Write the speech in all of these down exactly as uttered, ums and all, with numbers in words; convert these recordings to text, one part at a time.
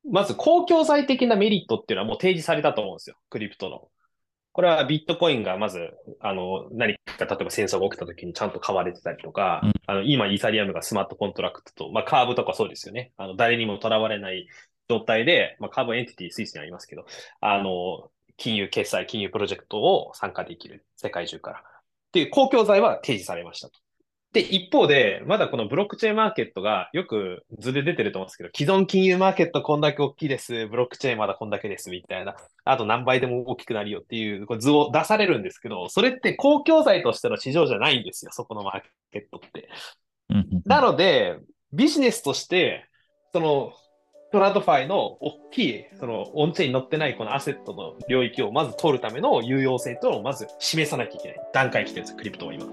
まず公共財的なメリットっていうのはもう提示されたと思うんですよ。クリプトの。これはビットコインがまず、あの、何か、例えば戦争が起きた時にちゃんと買われてたりとか、 うん。 あの、今イーサリアムがスマートコントラクトと、まあ、カーブとかそうですよね。あの、誰にも囚われない状態で、まあ、カーブエンティティスイスにありますけど、あの、金融決済、金融プロジェクトを参加できる。世界中から。っていう公共財は提示されましたと。で、一方で、まだこのブロックチェーンマーケットがよく図で出てると思うんですけど、既存金融マーケットこんだけ大きいです。ブロックチェーンまだこんだけです。みたいな。あと何倍でも大きくなるよっていうこう図を出されるんですけど、それって公共財としての市場じゃないんですよ。そこのマーケットって。 うんうんうなん。 ので、ビジネスとして、その、トラドファイの大きい、その、オンチェーンに乗ってないこのアセットの領域をまず取るための有用性というのをまず示さなきゃいけない段階に来てるんですよ、クリプトは今。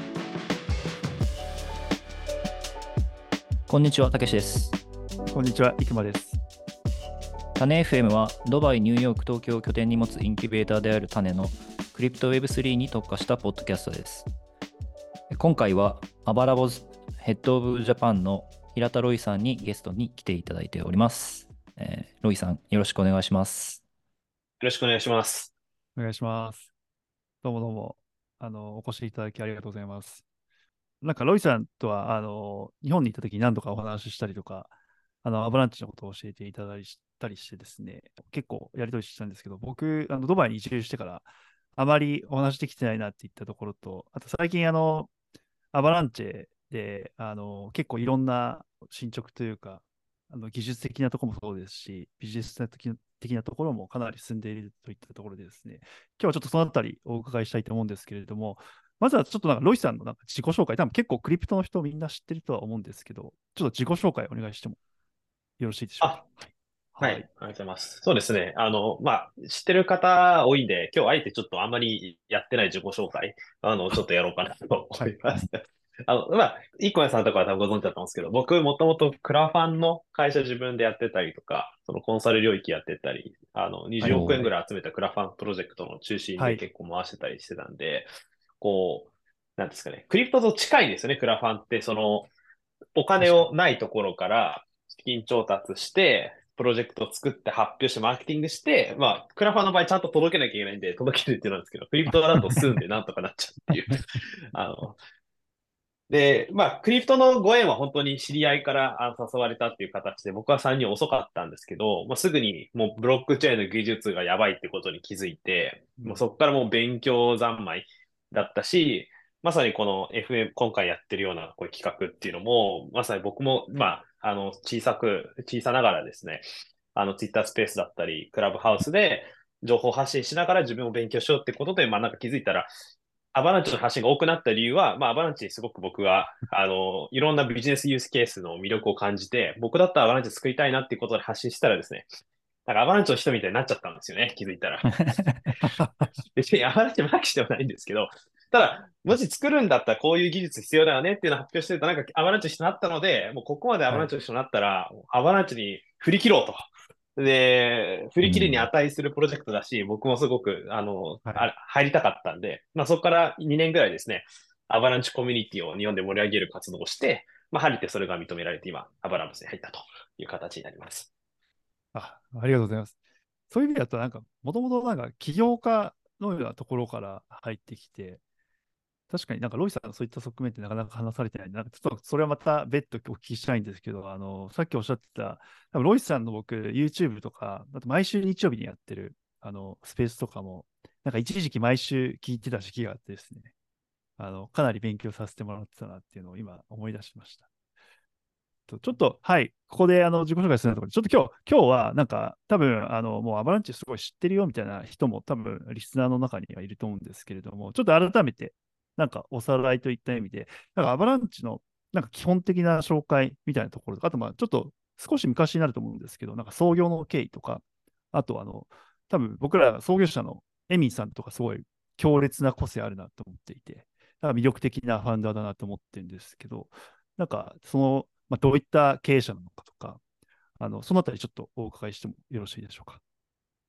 こんにちは、たけしです。 こんにちは、いくまです。 種 エフエム はドバイ、ニューヨーク、東京を拠点に持つインキュベーターである種のクリプト ウェブスリー に特化したポッドキャストです。今回はアバラボズヘッドオブジャパンの平田ロイさんにゲストに来ていただいております。えーロイさん、よろしくお願いします。 よろしくお願いします。 お願いします。どうもどうも、あの、お越しいただきありがとうございます。なんか、ロイさんとは、あの、日本に行った時に何度かお話ししたりとか、あの、アバランチのことを教えていただいたりしてですね、結構やりとりしたんですけど、僕、あの、ドバイに移住してから、あまりお話できてないなって言ったところと、あと最近、あの、アバランチェで、あの、結構いろんな進捗というか、あの技術的なところもそうですし、ビジネス的な的なところもかなり進んでいるといったところでですね、今日はちょっとそのあたりお伺いしたいと思うんですけれども、まずはちょっとなんかロイさんのなんか自己紹介、多分結構クリプトの人みんな知ってるとは思うんですけど、ちょっと自己紹介お願いしてもよろしいでしょうか。 あ、はい。あはい。 りがとうございます。そうですね。あの、まあ、知ってる方多いんで、今日あえてちょっとあんまりやってない自己紹介、あの、ちょっとやろうかなとはい。 思います。あの、まあ、いっこやさんとかは多分ご存知だと思うんですけど、僕もともとクラファンの会社自分でやってたりとか、そのコンサル領域やってたり、あの、20 はい。 億円おー。 はい。 ぐらい集めたクラファンプロジェクトの中心はい。 で結構回してたりしてたんで、こう、なんですかね、クリプトと近いんですよね、クラファンって。その、お金確かに。 をないところから資金調達して、プロジェクトを作って発表してマーケティングして、まあ、クラファンの場合ちゃんと届けなきゃいけないんで、届けるっていうのなんですけど、クリプトだと済んでなんとかなっちゃうっていう。あの、で、まあ、クリプトのご縁は本当に知り合いからあ誘われたっていう形で、僕はさんにん遅かったんですけど、まあ、すぐにもうブロックチェーンの技術がやばいってことに気づいて、 うん。 もうそこからもう勉強三昧だったし、まさにこの エフエム、今回やってるようなこういう企画っていうのも、まさに僕も、まあ、あの、小さく、小さながらですね、あの、ツイッタースペースだったり、クラブハウスで情報発信しながら自分を勉強しようってことで、まあなんか気づいたら、アバランチの発信が多くなった理由は、まあ、アバランチにすごく僕が、あの、いろんなビジネスユースケースの魅力を感じて、僕だったらアバランチ作りたいなっていうことで発信したらですね、なんかアバランチの人みたいになっちゃったんですよね、気づいたら。別にアバランチマーキしてはないんですけど、ただ、もし作るんだったらこういう技術必要だよねっていうのを発表してると、なんかアバランチの人になったので、もうここまでアバはい。 ランチの人になったら、アバランチに振り切ろうと。で、振り切りにうん。 値するプロジェクトだし、僕もすごく、あの、 はい。 あ入りたかったんで、まあそこからにねんぐらいですね、アバランチコミュニティを日本で盛り上げる活動をして、まあ、晴れてそれが認められて今、アバランスに入ったという形になります。 あ、ありがとうございます。そういう意味だと、なんか、もともとなんか起業家のようなところから入ってきて、確かになんかロイさんのそういった側面ってなかなか話されてないんで。なんかちょっとそれはまた別途お聞きしたいんですけど、あの、さっきおっしゃってた、多分ロイさんの僕、YouTube とか、あと毎週日曜日にやってる、あの、スペースとかも、なんか一時期毎週聞いてた時期があってですね、あの、かなり勉強させてもらってたなっていうのを今思い出しました。とちょっと、はい、ここであの自己紹介するところで、ちょっと今日、今日はなんか多分、あの、もうアバランチすごい知ってるよみたいな人も多分、リスナーの中にはいると思うんですけれども、ちょっと改めて、なんかおさらいといった意味で、なんかアバランチのなんか基本的な紹介みたいなところとか、あとまあちょっと少し昔になると思うんですけど、なんか創業の経緯とか、あとあの、多分僕ら創業者のエミンさんとかすごい強烈な個性あるなと思っていて、なんか魅力的なファウンダーだなと思ってるんですけど、なんかそのまあ、どういった経営者なのかとか、あの、そのあたりちょっとお伺いしてもよろしいでしょうか。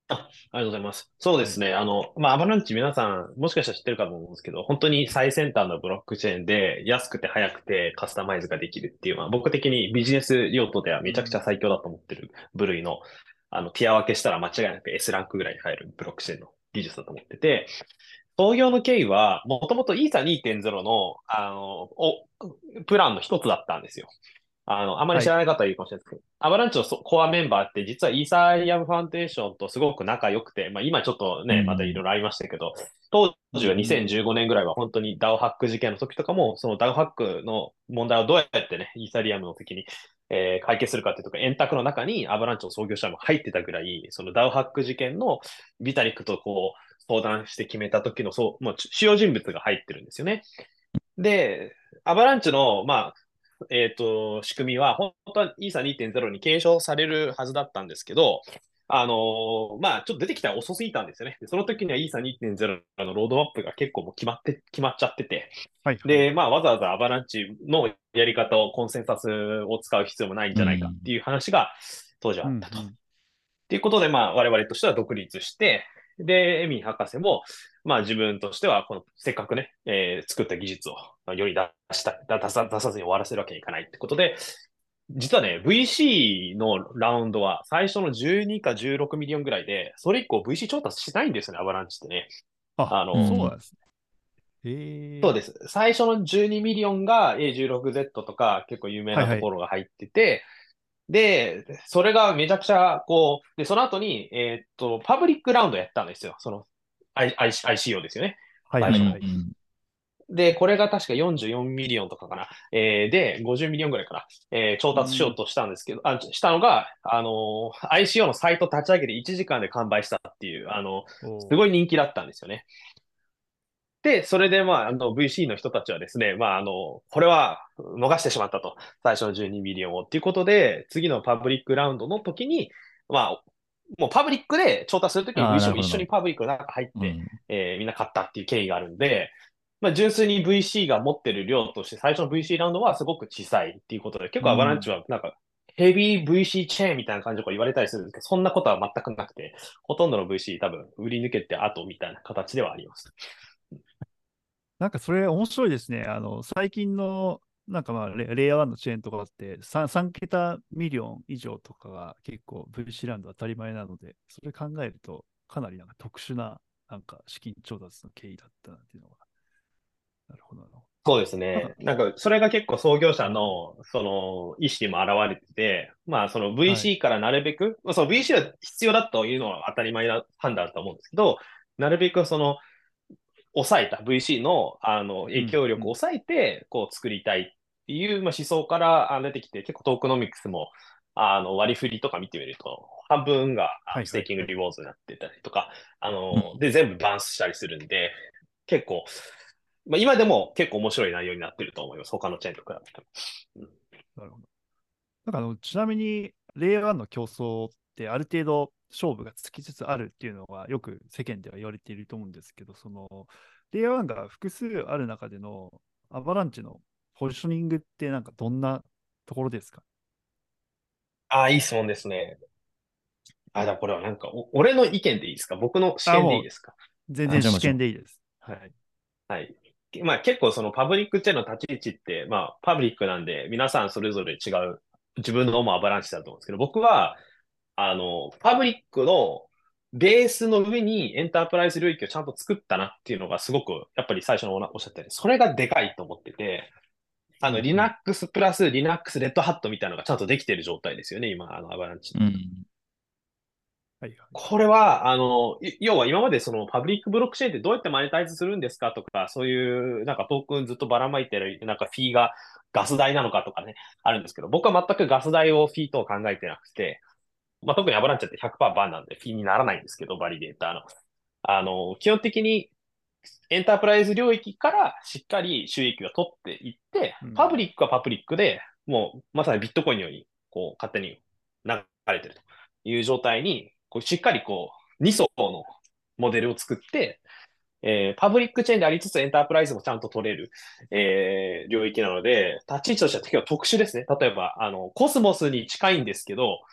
あ、ありがとうございます。そうではい。 すね。あの、まあ、アバランチ皆さん、もしかしたら知ってるかと思うんですけど、本当に最先端のブロックチェーンで安くて早くてカスタマイズができるっていう、まあ、僕的にビジネス用途ではめちゃくちゃうん。 最強だと思ってる部類の、あの、ティア分けしたら間違いなく S ランクぐらいに入るブロックチェーンの技術だと思ってて、創業の経緯は、もともとイーサにてんゼロの、あの、お、プランの一つだったんですよ。あの、あまりはい。 知らない方はいるかもしれないですけど、アバランチのそコアメンバーって実はイーサリアムファンデーションとすごく仲良くて、まあ今ちょっとね、またいうん。 ろいろありましたけど、当うんう時はん。 にせんじゅうごねんぐらいは本当に ダオ ハック事件の時とかも、その ダオ ハックの問題をどうやってね、イーサリアムの時に、えー解決するかっていうとか、円卓の中にアバランチの創業者も入ってたぐらい、その ダオ ハック事件のビタリックとこう相談して決めた時のそう、もう主要人物が入ってるんですよね。で、アバランチの、まあ、えっと、仕組みは、本当はイーサにてんゼロに継承されるはずだったんですけど、あのーまあ、ちょっと出てきたら遅すぎたんですよね。でその時にはイーサにてんゼロのロードマップが結構もう決まって、決まっちゃってて、 はいはい。 で、まあ、わざわざアバランチのやり方を、コンセンサスを使う必要もないんじゃないかうん。 っていう話が当時はうんあったと。 うん。 っていうことで、まあ、我々としては独立して、で、エミン博士も、まあ自分としては、この、せっかくね、えー作った技術を世に出したい、出さ、出さずに終わらせるわけにいかないってことで、実はね、ブイシー のラウンドは最初のじゅうにかじゅうろくミリオンぐらいで、それ以降 ブイシー 調達しないんですよね、アバランチってね。 あ、 あの、 うん。 そうなんですね。へえ。 そうです。最初のじゅうにミリオンが エーじゅうろくゼット とか結構有名なとはいはい。 ころが入ってて、で、それがめちゃくちゃ、こう、で、その後に、えーっと、パブリックラウンドやったんですよ。その、I- I- アイシーオー ですよね。 はい最初の。 はいはい。 うん。 で、これが確かよんじゅうよんミリオンとかかな。えーで、ごじゅうミリオンぐらいかな。えー調うん。 達しようとしたんですけど、あ、したのが、あのー アイシーオー のサイト立ち上げていちじかんで完売したっていう、あの、すおー。 ごい人気だったんですよね。で、それで、まあ、あの、ブイシー の人たちはですね、まあ、あの、これは逃してしまったと。最初のじゅうにミリオンをっていうことで、次のパブリックラウンドの時に、まあ、もうパブリックで調達するときにああ、なブイシーるほど、なるほも一緒にパブリックの中入って、 ど。うん。 えーみんな買ったっていう経緯があるんで、まあ、純粋に ブイシー が持ってる量として、最初の ブイシー ラウンドはすごく小さいっていうことで、結構アバランチうん。 はなんか、ヘビー ブイシー チェーンみたいな感じとか言われたりするんですけど、そんなことは全くなくて、ほとんどの ブイシー 多分売り抜けて後みたいな形ではあります。 なんかそれ面白いですね。あの、最近の、なんかまあレ、レイヤーワンのチェーンとかって さん, さん桁ミリオン以上とかが結構 ブイシー ラウンド当たり前なので、それ考えるとかなりなんか特殊ななんか資金調達の経緯だったなっていうのが、なるほどなるほど。 そうですなんか、 ね。なんか、それが結構創業者うん、 の、その、意思にも表れてて、まあ、そのはい。 ブイシー からなるべく、まあその ブイシー は必要だというのは当たり前な判断だと思うんですけど、なるべくその、抑えた ブイシー の、あの、 うん、 影響うん。 力を抑えて、こう、作りたいっていう、まあ、思想からあ出てきて、結構トークノミクスも、あの、割り振りとか見てみると、半分があはいのステーキングはいはい。 リウォーズになってたりとか、あうん。 の、で、全部バンスしたりするんで、結構、まあ、今でも結構面白い内容になってると思います。他のチェーンと比べても。うん。 なるほど。なんかあの、ちなみに、レイヤーワンの競争ってある程度勝負がつきつつあるっていうのはよく世間では言われていると思うんですけど、その、レイヤーワンが複数ある中でのアバランチのポジショニングってなんかどんなところですか？ ああ、いい質問ですね。あ、じゃあこれはなんか、お俺の意見でいいですか？僕の視あ、 点でいいもうですか？ もちろん、も全然試ちろん。 験でいいです。はい。 はい。まあ結構そのパブリックチェーンの立ち位置って、まあパブリックなんで皆さんそれぞれ違う自分の思うアバランチだと思うんですけど、僕は、あの、パブリックのベースの上にエンタープライズ領域をちゃんと作ったなっていうのがすごく、やっぱり最初のおなおっしゃったように、それがでかいと思ってて、あの、 うんうん。 Linux プラス Linux レッドハットみたいなのがちゃんとできている状態ですよね、今、あの、アバランチ。 うん。 はいはい。 これは、あの、い要は今までそのパブリックブロックチェーンってどうやってマネタイズするんですかとか、そういうなんかトークンずっとばらまいてる、なんかフィーがガス代なのかとかね、あるんですけど、僕は全くガス代をフィーと考えてなくて、まあ、特にアバランチャってひゃくパーセントバンなんでフィーにならないんですけど、バリデーターの。あの、基本的にエンタープライズ領域からしっかり収益を取っていって、 うん。 パブリックはパブリックで、もうまさにビットコインのように、こう、勝手に流れてるという状態に、こうしっかりこう、に層のモデルを作って、えーパブリックチェーンでありつつエンタープライズもちゃんと取れる、えー領域なので、立ち位置としては結構特殊ですね。例えば、あの、コスモスに近いんですけど、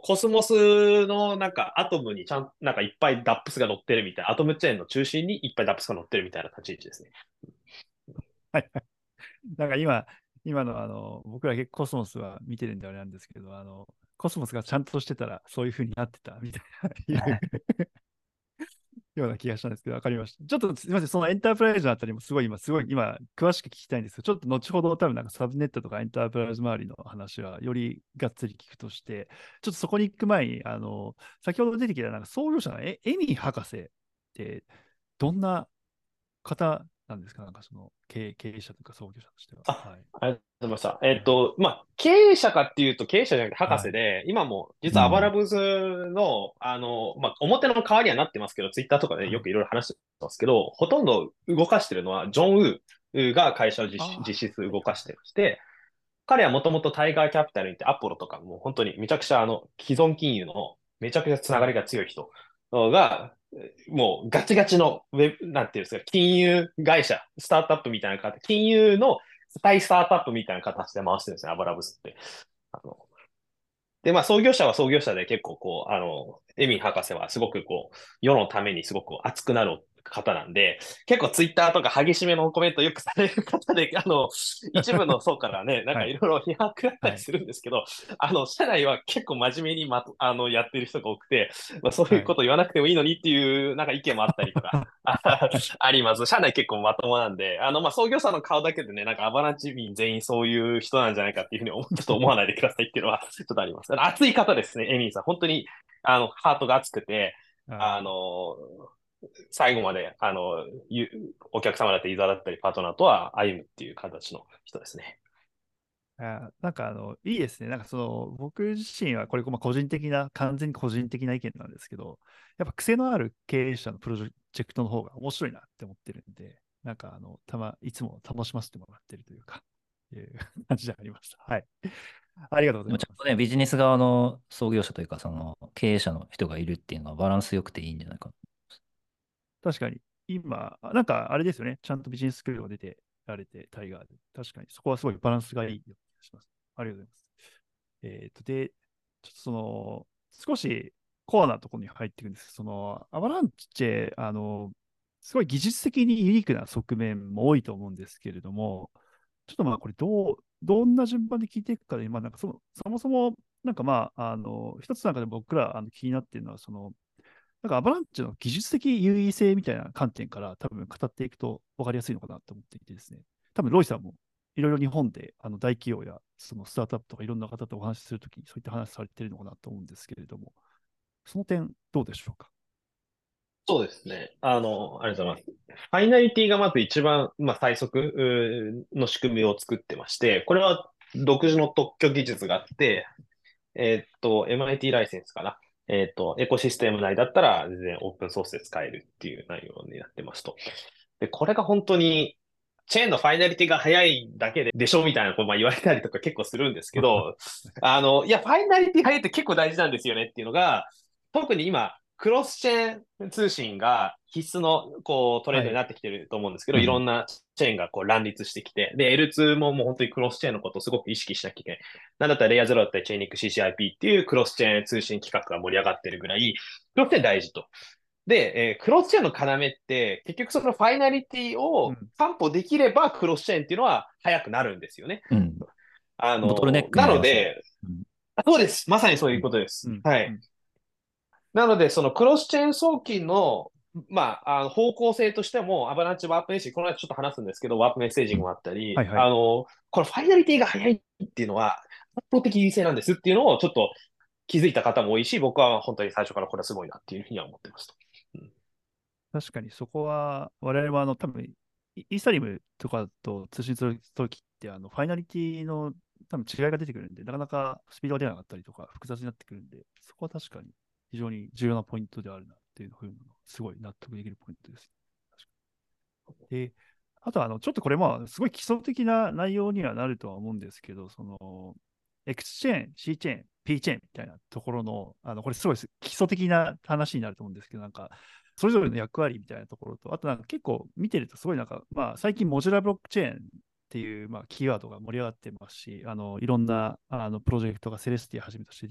コスモスのなんかアトムにちゃん、なんかいっぱいダップスが乗ってるみたいな、アトムチェーンの中心にいっぱいダップスが乗ってるみたいな立ち位置ですね。 はいはい。なんか今、今のあの、僕ら結構コスモスは見てるんであれなんですけど、あの、コスモスがちゃんとしてたらそういう風になってたみたいないうような気がしたんですけど、わかりました。ちょっとすみません、そのエンタープライズのあたりもすごい今、すごい今、詳しく聞きたいんですけど、ちょっと後ほど多分なんかサブネットとかエンタープライズ周りの話はよりがっつり聞くとして、ちょっとそこに行く前に、あの、先ほど出てきたなんか創業者のエエミー博士ってどんな方なんですか？なんかその経営経営者というか創業者としては。 あ、 はい。 ありがとうございました。えっと、まあ、経営者かっていうと経営者じゃなくて博はい。 士で、今も実はアバうん。 ラブズの、あの、まあ、表の代わりにはなってますけど、ツイッターとかではい。 よくいろいろ話してますけど、ほとんど動かしてるのはジョン・ウーが会社を実ああ、 実質はい動かしてはいはい。 まして、彼はもともとタイガーキャピタルに行ってアポロとかもう本当にめちゃくちゃあの既存金融のめちゃくちゃつながりはい。 が強い人が、もうガチガチのウェブ、なんていうんですか、金融会社、スタートアップみたいな形、金融の対スタートアップみたいな形で回してるんですね、アバラブスって。あので、まあ、創業者は創業者で結構こう、あの、エミン博士はすごくこう、世のためにすごく熱くなる方なんで、結構ツイッターとか激しめのコメントよくされる方で、あの、一部の層からね、なんはい。 かいろいろ批判食らったはい。 りするんですけど、あの、社内は結構真面目にまと、あの、やってる人が多くて、まあ、そういうはい。 こと言わなくてもいいのにっていう、なんか意見もあったりとか、ああります。社内結構まともなんで、あの、まあ、創業者の顔だけでね、なんかアバランチ民全員そういう人なんじゃないかっていうふうに思ちょっと思わないでくださいっていうのはちょっとあります。熱い方ですね、エミーさん。本当に、あの、ハートが熱くて、ああの、最後まで、あの、ゆお客様だったり、ユーザーだったり、パートナーとは歩むっていう形の人ですね。 ーあー、なんかあの、いいですね。なんかその、僕自身はこれ、まあ、個人的な、完全に個人的な意見なんですけど、やっぱ癖のある経営者のプロジェクトの方が面白いなって思ってるんで、なんかあの、たま、いつも楽しませてもらってるというか、いう感じでありました。はい。ありがとうございます。 でもちゃんとね、ビジネス側の創業者というか、その経営者の人がいるっていうのはバランス良くていいんじゃないかな。 確かに、今、なんかあれですよね。ちゃんとビジネススクールが出てられて、タイガーで。確かに、そこはすごいバランスがいいような気がします。ありがとうございます。えっと、で、ちょっとその、少しコアなところに入っていくんですけど、その、アバランチェ、あの、すごい技術的にユニークな側面も多いと思うんですけれども、ちょっとまあこれどう、どんな順番で聞いていくかで、まあなんかその、そもそも、なんかまあ、あの、一つなんかで僕らあの気になっているのは、その、なんかアバランチの技術的優位性みたいな観点から多分語っていくと分かりやすいのかなと思っていてですね。多分ロイさんもいろいろ日本であの大企業やそのスタートアップとかいろんな方とお話しするときにそういった話されているのかなと思うんですけれども、その点どうでしょうか？ そうですね。あの、ありがとうございます。ファイナリティがまず一番、まあ、最速うーの仕組みを作ってまして、これは独自の特許技術があって、えーっと、エムアイティー ライセンスかな。えーっと、エコシステム内だったら全然オープンソースで使えるっていう内容になってますと。で、これが本当に、チェーンのファイナリティが早いだけで、でしょみたいなことまあ言われたりとか結構するんですけど、あの、いや、ファイナリティ早いって結構大事なんですよねっていうのが、特に今、クロスチェーン通信が必須のこうトレンはい。 ドになってきてると思うんですけど、 うん。 いろんなチェーンがこう乱立してきて、で、エルツー ももう本当にクロスチェーンのことをすごく意識しなきゃいけない。なんだったらレイヤーゼロだったりチェーンニック シーシーアイピー っていうクロスチェーン通信規格が盛り上がってるぐらい、クロスチェーン大事と。で、えークロスチェーンの要って、結局そのファイナリティをうん。 担保できれば、クロスチェーンっていうのは早くなるんですよね。 うん。 あボトルネッの、なクになりますよね。 ので、 うん。 あそうです。まさにそういううん。 ことです。 うん。 はい。 うん。 なので、そのクロスチェーン送金の、まあ、あの方向性としても、アバランチワープメッセージ、この間ちょっと話すんですけど、ワープメッセージングもあったり、 はいはい。 あの、このファイナリティが早いっていうのは、圧倒的優位性なんですっていうのをちょっと気づいた方も多いし、僕は本当に最初からこれはすごいなっていうふうには思ってますと。うん、 確かにそこは、我々はあの多分イイーサリムとかと通信するときって、あのファイナリティの多分違いが出てくるんで、なかなかスピードが出なかったりとか、複雑になってくるんで、そこは確かに非常に重要なポイントであるなっていうふうなのすごい納得できるポイントです。確かに。で、あとはあの、ちょっとこれまあ、すごい基礎的な内容にはなるとは思うんですけど、その、X チェーン、C チェーン、P チェーンみたいなところの、あの、これすごい基礎的な話になると思うんですけど、なんか、それぞれの役割みたいなところと、あとなんか結構見てるとすごいなんか、まあ最近モジュラブロックチェーンっていう、まあ、キーワードが盛り上がってますし、あの、いろんなあのプロジェクトがセレスティはじめとして出て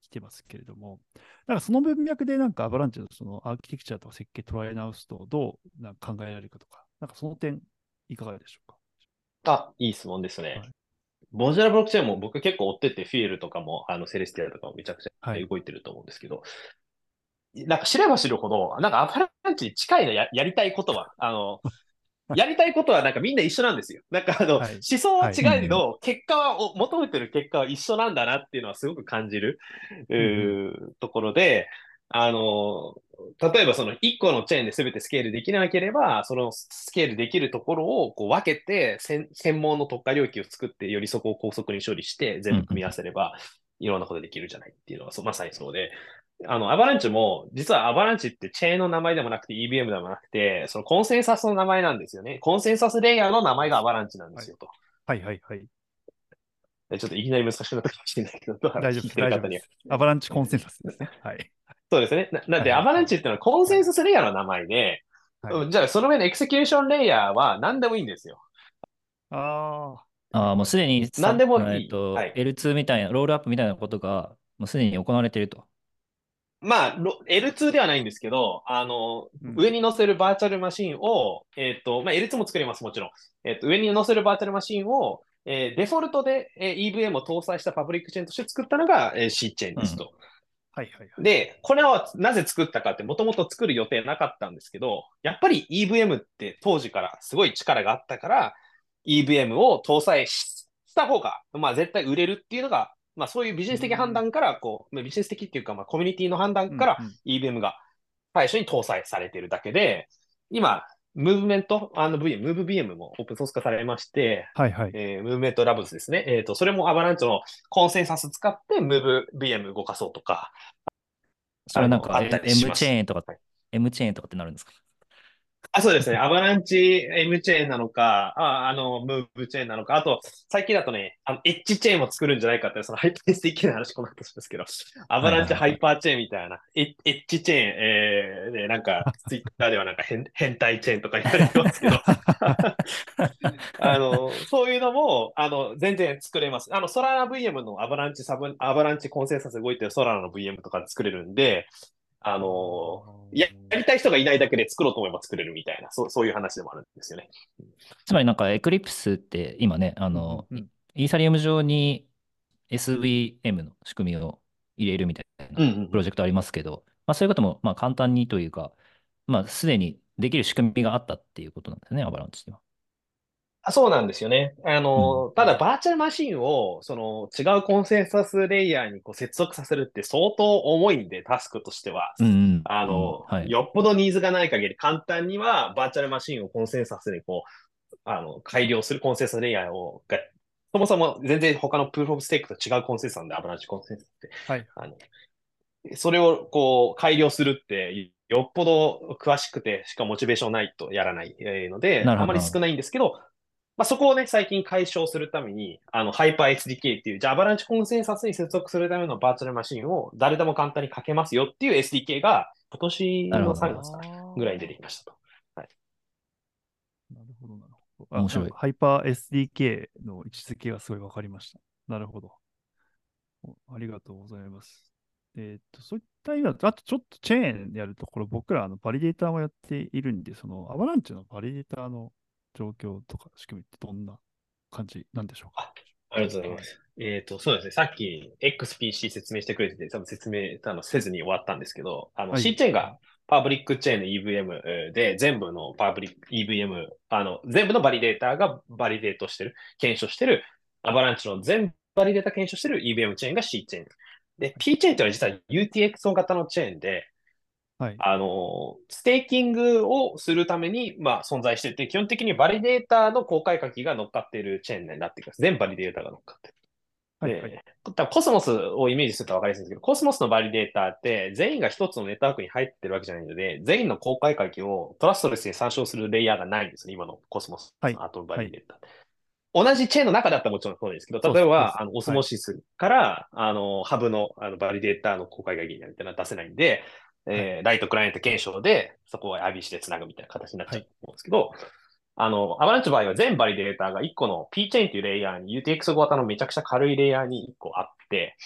きてますけれども、なんかその文脈でなんかアバランチのそのアーキテクチャとか設計捉え直すとどうなんか考えられるかとか、なんかその点いかがでしょうか。 あ、いい質問ですね。 はい。 モジュラブロックチェーンも僕結構追ってて、フィールとかも、あの、セレスティアとかもめちゃくちはい。 ゃ動いてると思うんですけど、なんか知れば知るほど、なんかアバランチに近いのや、やりたいことは、あの、やりたいことはなんかみんな一緒なんですよ。なんかあの、思はい。 想ははい。 うんうん。 違えど、結果は、お求めてる結果は一緒なんだなっていうのはすごく感じる、ううんうん。 ーところで、あの、例えばその一個のチェーンで全てスケールできなければ、そのスケールできるところをこう分けて、専専門の特化領域を作って、よりそこを高速に処理して全部組み合わうんうん。 せれば、いろんなことできるじゃないっていうのは、そまさにそうで、あの、アバランチも、実はアバランチってチェーンの名前でもなくて イービーエム でもなくて、そのコンセンサスの名前なんですよね。コンセンサスレイヤーの名前がアバランチなんではい。 すよと。 はいはいはい。 でちょっといきなり難しくなったかもしれないけど、聞い大丈夫です。 てる方には。 大丈夫です。アバランチコンセンサスですね。はい。 そうですね。な、なんで、アはいはいはい。 バランチっていうのはコンはい。 センサスレイヤーの名前で、 はい。 うんじゃあその上のエクセキューションレイヤーは何でもいいんですよ。 ああ、はいああ、もうはい。 すでに何サ、 でもいい。はえっと、 い。 エルツー みたいな、ロールアップみたいなことが、もうすでに行われていると。 まあ、ロ エルツー ではないんですけど、あの、 うん。 上に乗せるバーチャルマシンを、えっと、まあ、エルツー も作れます、もちろん。えっと、上に乗せるバーチャルマシンを、えーデフォルトで、えー イーブイエム を搭載したパブリックチェーンとして作ったのが、えー C チェーンうん。 ですと。 はいはいはい。 で、これはなぜ作ったかって、もともと作る予定なかったんですけど、やっぱり イーブイエム って当時からすごい力があったから、イーブイエム を搭載した方が、まあ絶対売れるっていうのが、まあそういうビジネス的判うーん。 断から、こう、ビジネス的っていうか、まあコミュニティの判断からうんうん。 イーブイエム が最初に搭載されているだけで、今、ムーブメント、あの ブイエム、ムーブ ビーエム もオープンソース化されまして、 はいはい。 えームーブメントラブズですね。えっ、と、それもアバランチのコンセンサス使ってムーブ ビーエム 動かそうとか、あの、 それはなんか、 あった L- りし M ます。 チェーンとか、 はい M チェーンとかってなるんですか？ あ、そうですね。アバランチ M チェーンなのか、あ、あの、ムーブチェーンなのか、あと、最近だとね、あの、エッジチェーンも作るんじゃないかって、そのハイパー エスディーケー の話この後しますけど、アバはいランチハイはいはい。 パーチェーンみたいな、エエッジチェーン、えー、で、なんか、ツイッターではなんか変、変態チェーンとか言われてますけど、あの、そういうのも、あの、全然作れます。あの、ソラナ ブイエム のアバランチサブ、アバランチコンセンサスで動いてるソラナの ブイエム とか作れるんで、ああの、や、やりーたい人がいないだけで作ろうと思えば作れるみたいな、そう、そういう話でもあるんですよね。 つまりなんか、エクリプスって今ね、あの、イうんうんうん。 イーサリアム上に エスブイエム の仕組みを入れるみたいなうんうんうん。 プロジェクトありますけど、まあそういうこともまあ簡単にというか、まあすでにできる仕組みがあったっていうことなんですね、アバランチには。 あ、そうなんですよね。あうん。 の、ただバーチャルマシンを、その違うコンセンサスレイヤーにこう接続させるって相当重いんで、タスクとしては。 うんうんうん。 あの、 はい。 よっぽどニーズがない限り簡単にはバーチャルマシンをコンセンサスにこう、あの、改良するコンセンサスレイヤーを、がそもそも全然他のプーフオブステークと違うコンセンサスなんで、アバランチコンセンサスって。 はいあの、それをこう改良するって、よっぽど詳しくて、しかもモチベーションないとやらないえーので、 なるほど、 あまり少なるほど。 ないんですけど、まあ、そこをね、最近解消するために、あの、ハイパー エスディーケー っていう、じゃあ、アバランチコンセンサスに接続するためのバーチャルマシンを誰でも簡単に書けますよっていう エスディーケー が今年の3 なるほど。 月かぐらいに出てあきましたと。はい。 あ、なるほど、なるほど。あ、なんか、 面白い。 ハイパー エスディーケー の位置づけがすごいわかりました。なるほど。おありがとうございます。えーっと、そういった意味だと、あとちょっとチェーンでやるところ、僕らあのバリデーターもやっているんで、そのアバランチのバリデーターの状況とか仕組みってどんな感じなんでしょうか。 あ、ありがとうございはい。 ます。えっと、そうですね。さっき エックスピーシー 説明してくれてて、多分説明あのせずに終わったんですけど、あのはい。 C チェーンがパブリックチェーンの イーブイエム で全部のパブリック イーブイエム、あの、全部のバリデータがバリデートしてる、検証してる、アバランチの全バリデータ検証してる イーブイエム チェーンが C チェーン。で、P チェーンというのは実は ユーティーエックス 型のチェーンで、 はい。 あの、ステーキングをするために、まあ、存在してて、基本的にバリデータの公開書きが乗っかっているチェーンになってきます。全バリデータが乗っかってる。 はい。はい。 で、多分コスモスをイメージすると分かりやすいんですけど、コスモスのバリデータって全員が一つのネットワークに入ってるわけじゃないので、全員の公開書きをトラストレスに参照するレイヤーがないんですね、今のコスモスはい。 のアトムバはい。 リデータ。同じチェーンの中だったらもちろんそうですけど、 そうです。そうで例えば、 す。 あの、オスはい。 モシスから、あの、ハブの、あの、バリデータの公開鍵みたいなのは出せないんで、 はい。 えー、ライトクライアント検証で、そこを アイビーシー で繋ぐみたいな形になっちはい。 ゃうと思うんですけど、あの、アバランチの場合は全バリデータがいっこの P チェーンというレイヤーに ユーティーエックス 型のめちゃくちゃ軽いレイヤーにいっこあって、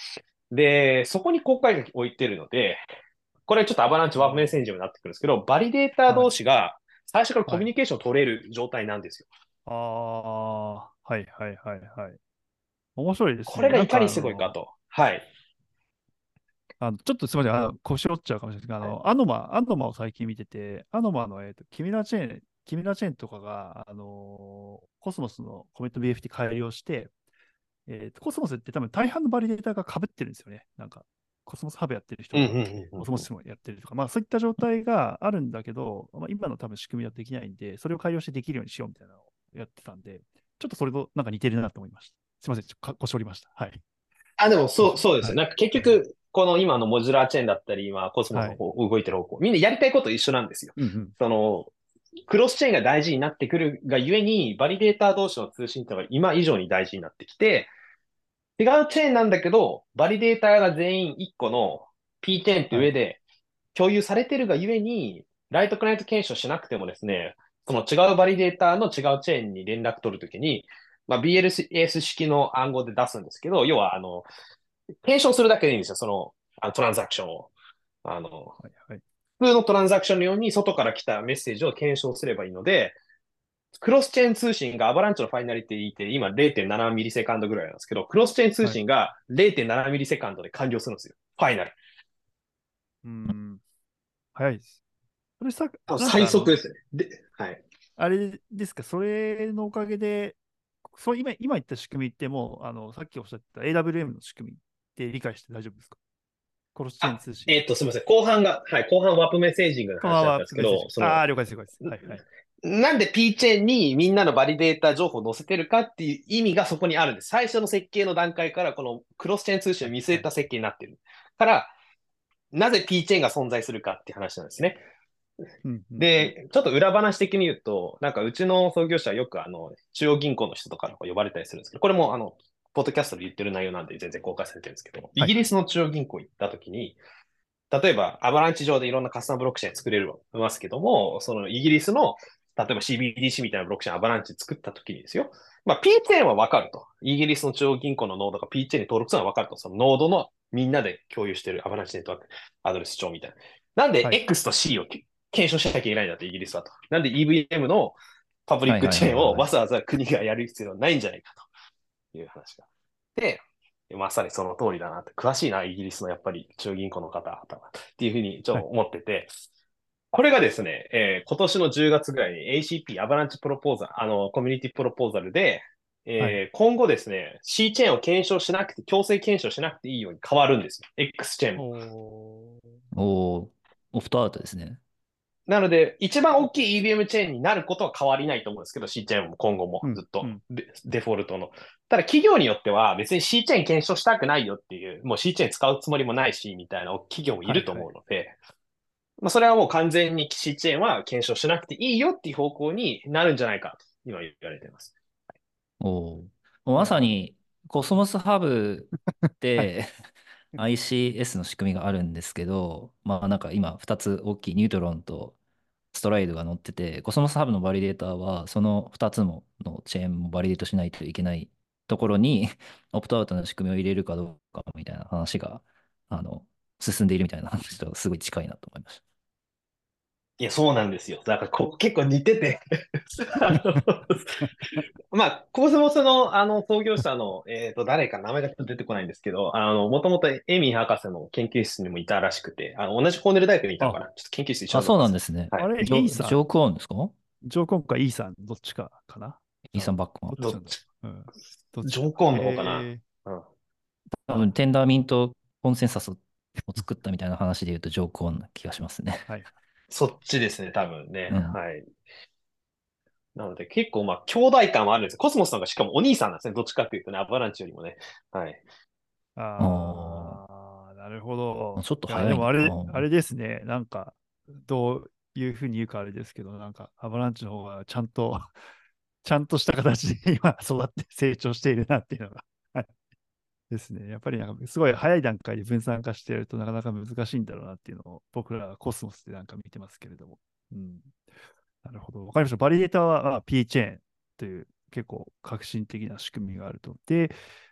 で、そこに公開鍵置いてるので、これちょっとアバランチワープメッセンジになってくるんですけど、バリデーターはい。 同士が最初からコはい。 ミュニケーションを取れる状態なんですよ。 ああ、はいはいはいはい。面白いですこれね。なんかがいかにすごいかあの、 と。はい。 あのちょっとすみません、あの腰折っちゃうかもしれないですけど、あはい。 の、アノマ、アノマを最近見てて、アノマの、えっと、キミラチェーン、キミラチェーンとかが、あのーコスモスのコメント ビーエフティー 改良して、えっと、コスモスって多分大半のバリデータが被ってるんですよね。なんか、コスモスハブやってる人が、 うんうんうんうんうん。 コスモスもやってるとか、まあそういった状態があるんだけど、まあ、今の多分仕組みはできないんで、それを改良してできるようにしようみたいなのをやってたんで、ちょっとそれとなんか似てるなと思いました。すみません、ちょっと腰折りました。はい。 あ、でもそう、 面白い。 そうですよ。 はい。 なんか結はい。 局、この今のモジュラーチェーンだったり、今コスモスはい。 の方、動いてる方向、みんなやりたいこと一緒なんですよ。 うんうん。 その、クロスチェーンが大事になってくるがゆえに、バリデーター同士の通信っていうのが今以上に大事になってきて、違うチェーンなんだけど、バリデーターが全員いっこの ピーテン ってはい。 上で共有されてるがゆえに、ライトクライアント検証しなくてもですね、その違うバリデーターの違うチェーンに連絡取るときに、まあ、ビーエルエス 式の暗号で出すんですけど、要は、あの、検証するだけでいいんですよ、その、あのトランザクションを。あの、 はい。はい。 普通のトランザクションのように外から来たメッセージを検証すればいいので、クロスチェーン通信がアバランチのファイナリティって今れいてんななミリセカンドぐらいなんですけど、クロスチェーン通はい。 信がれいてんななミリセカンドで完了するんですよ。ファイナル。 うーん。早いです。それさ、なんか最あの、 速ですね。で、はい。 あれですか、それのおかげで、そう今、今言った仕組みってもう、あの、さっきおっしゃった エーダブリューエム の仕組みって理解して大丈夫ですか？クロスチェーンあ、 通信。 えーっと、すみません。後半が、はい、後半ワープメッセージングの話だったんこのままですけど、 メッセージ。あその、 あ、了解です、了解です。はいはい。 なんで P チェーンにみんなのバリデータ情報を載せてるかっていう意味がそこにあるんです。最初の設計の段階からこのクロスチェーン通信を見据えはいはい。 た設計になってる。から、なぜ P チェーンが存在するかっていう話なんですね。 うんうんうん。 で、ちょっと裏話的に言うと、なんかうちの創業者はよくあの、中央銀行の人とか呼ばれたりするんですけど、これもあの、ポッドキャストで言ってる内容なんで全然公開されてるんですけど、イはいはい。 ギリスの中央銀行行った時に、例えば、アバランチ上でいろんなカスタムブロックチェーン作れますけども、そのイギリスの、例えば シービーディーシー みたいなブロックチェーンアバランチ作った時にですよ。まあ、P チェーンはわかると。イギリスの中央銀行のノードが P チェーンに登録するのはわかると。そのノードのみんなで共有しているアバランチネットワークアドレス帳みたいな。なんではい。 X と C を検証しなきゃいけないんだと、イギリスはと。なんで イーブイエム のパブリックはいはいチェーンをはいはい。 わざわざ国がやる必要はないんじゃないかという話が。で、まさにその通りだなって、詳しいな、イギリスのやっぱり中銀行の方々っていうふうにちょっはい。 と思ってて、これがですね、えー今年のじゅうがつぐらいに エーシーピー、アバランチプロポーザル、あの、コミュニティプロポーザルで、 はい。 えー今後ですね、C チェーンを検証しなくて、強制検証しなくていいように変わるんですよ。X チェーンも。 おー。 おー、オプトアウトですね。 なので、一番大きい イービーエム チェーンになることは変わりないと思うんですけど、C チェーンも今後もうん。 ずっとうん。 デデフォルトの。ただ企業によっては別に C チェーン検証したくないよっていう、もう C チェーン使うつもりもないし、みたいな企業もいるとはいはい。 思うので、まあ、それはもう完全に C チェーンは検証しなくていいよっていう方向になるんじゃないかと今言われています。 おー、もうまなるほど。 さにコスモスハブっはい。 て アイシーエス の仕組みがあるんですけど、まあなんか今ふたつ大きいニュートロンとストライドが載ってて、コスモスハブのバリデーターはそのふたつものチェーンもバリデートしないといけないところにオプトアウトの仕組みを入れるかどうかみたいな話があの進んでいるみたいな話とすごい近いなと思いましいや、そうなんですよ。だからこ結構似ててあのまあ、コスモスの、あの、創業者の、えっと、誰か名前がちょっと出てこないんですけど、あの、もともとエミー博士の研究室にもいたらしくて、あの、同じコーネル大学にいたのかあ、 な。ちょっと研究室一緒た。あ、そうだったんですよ。 なんですね。 はい。 あれ、 ジョ、 イーさん、 ジョークオンですか？ ジョーコンかイーさん、どっちかかなイーサン・多分。 バックマン。 どっちなんだろどっち、 う。うん。どっちか。 ジョーコーンの方かな。 えうん。 多分テンダーミントコンセンサスを作ったみたいな話で言うとジョークオンな気がしますね。 ー、はい。 そっちですね、多分ね。 うん。 はい。なので結構まあ、兄弟感はあるんですよ。コスモスさんがしかもお兄さんなんですね。どっちかっていうとね、アバランチよりもね。はい。 あああ、なるほど。 あ、ちょっといや、で早いな。 もあれ、ああれですね。なんか、どういうふうに言うかあれですけど、なんか、アバランチの方がちゃんとちゃんとした形で今育って成長しているなっていうのがはいですね。やっぱりなんかすごい早い段階で分散化してやるとなかなか難しいんだろうなっていうのを僕らはコスモスでなんか見てますけれども。うん。なるほど。わかりました。バリデーターは、まあ、P チェーンという結構革新的な仕組みがあると。で、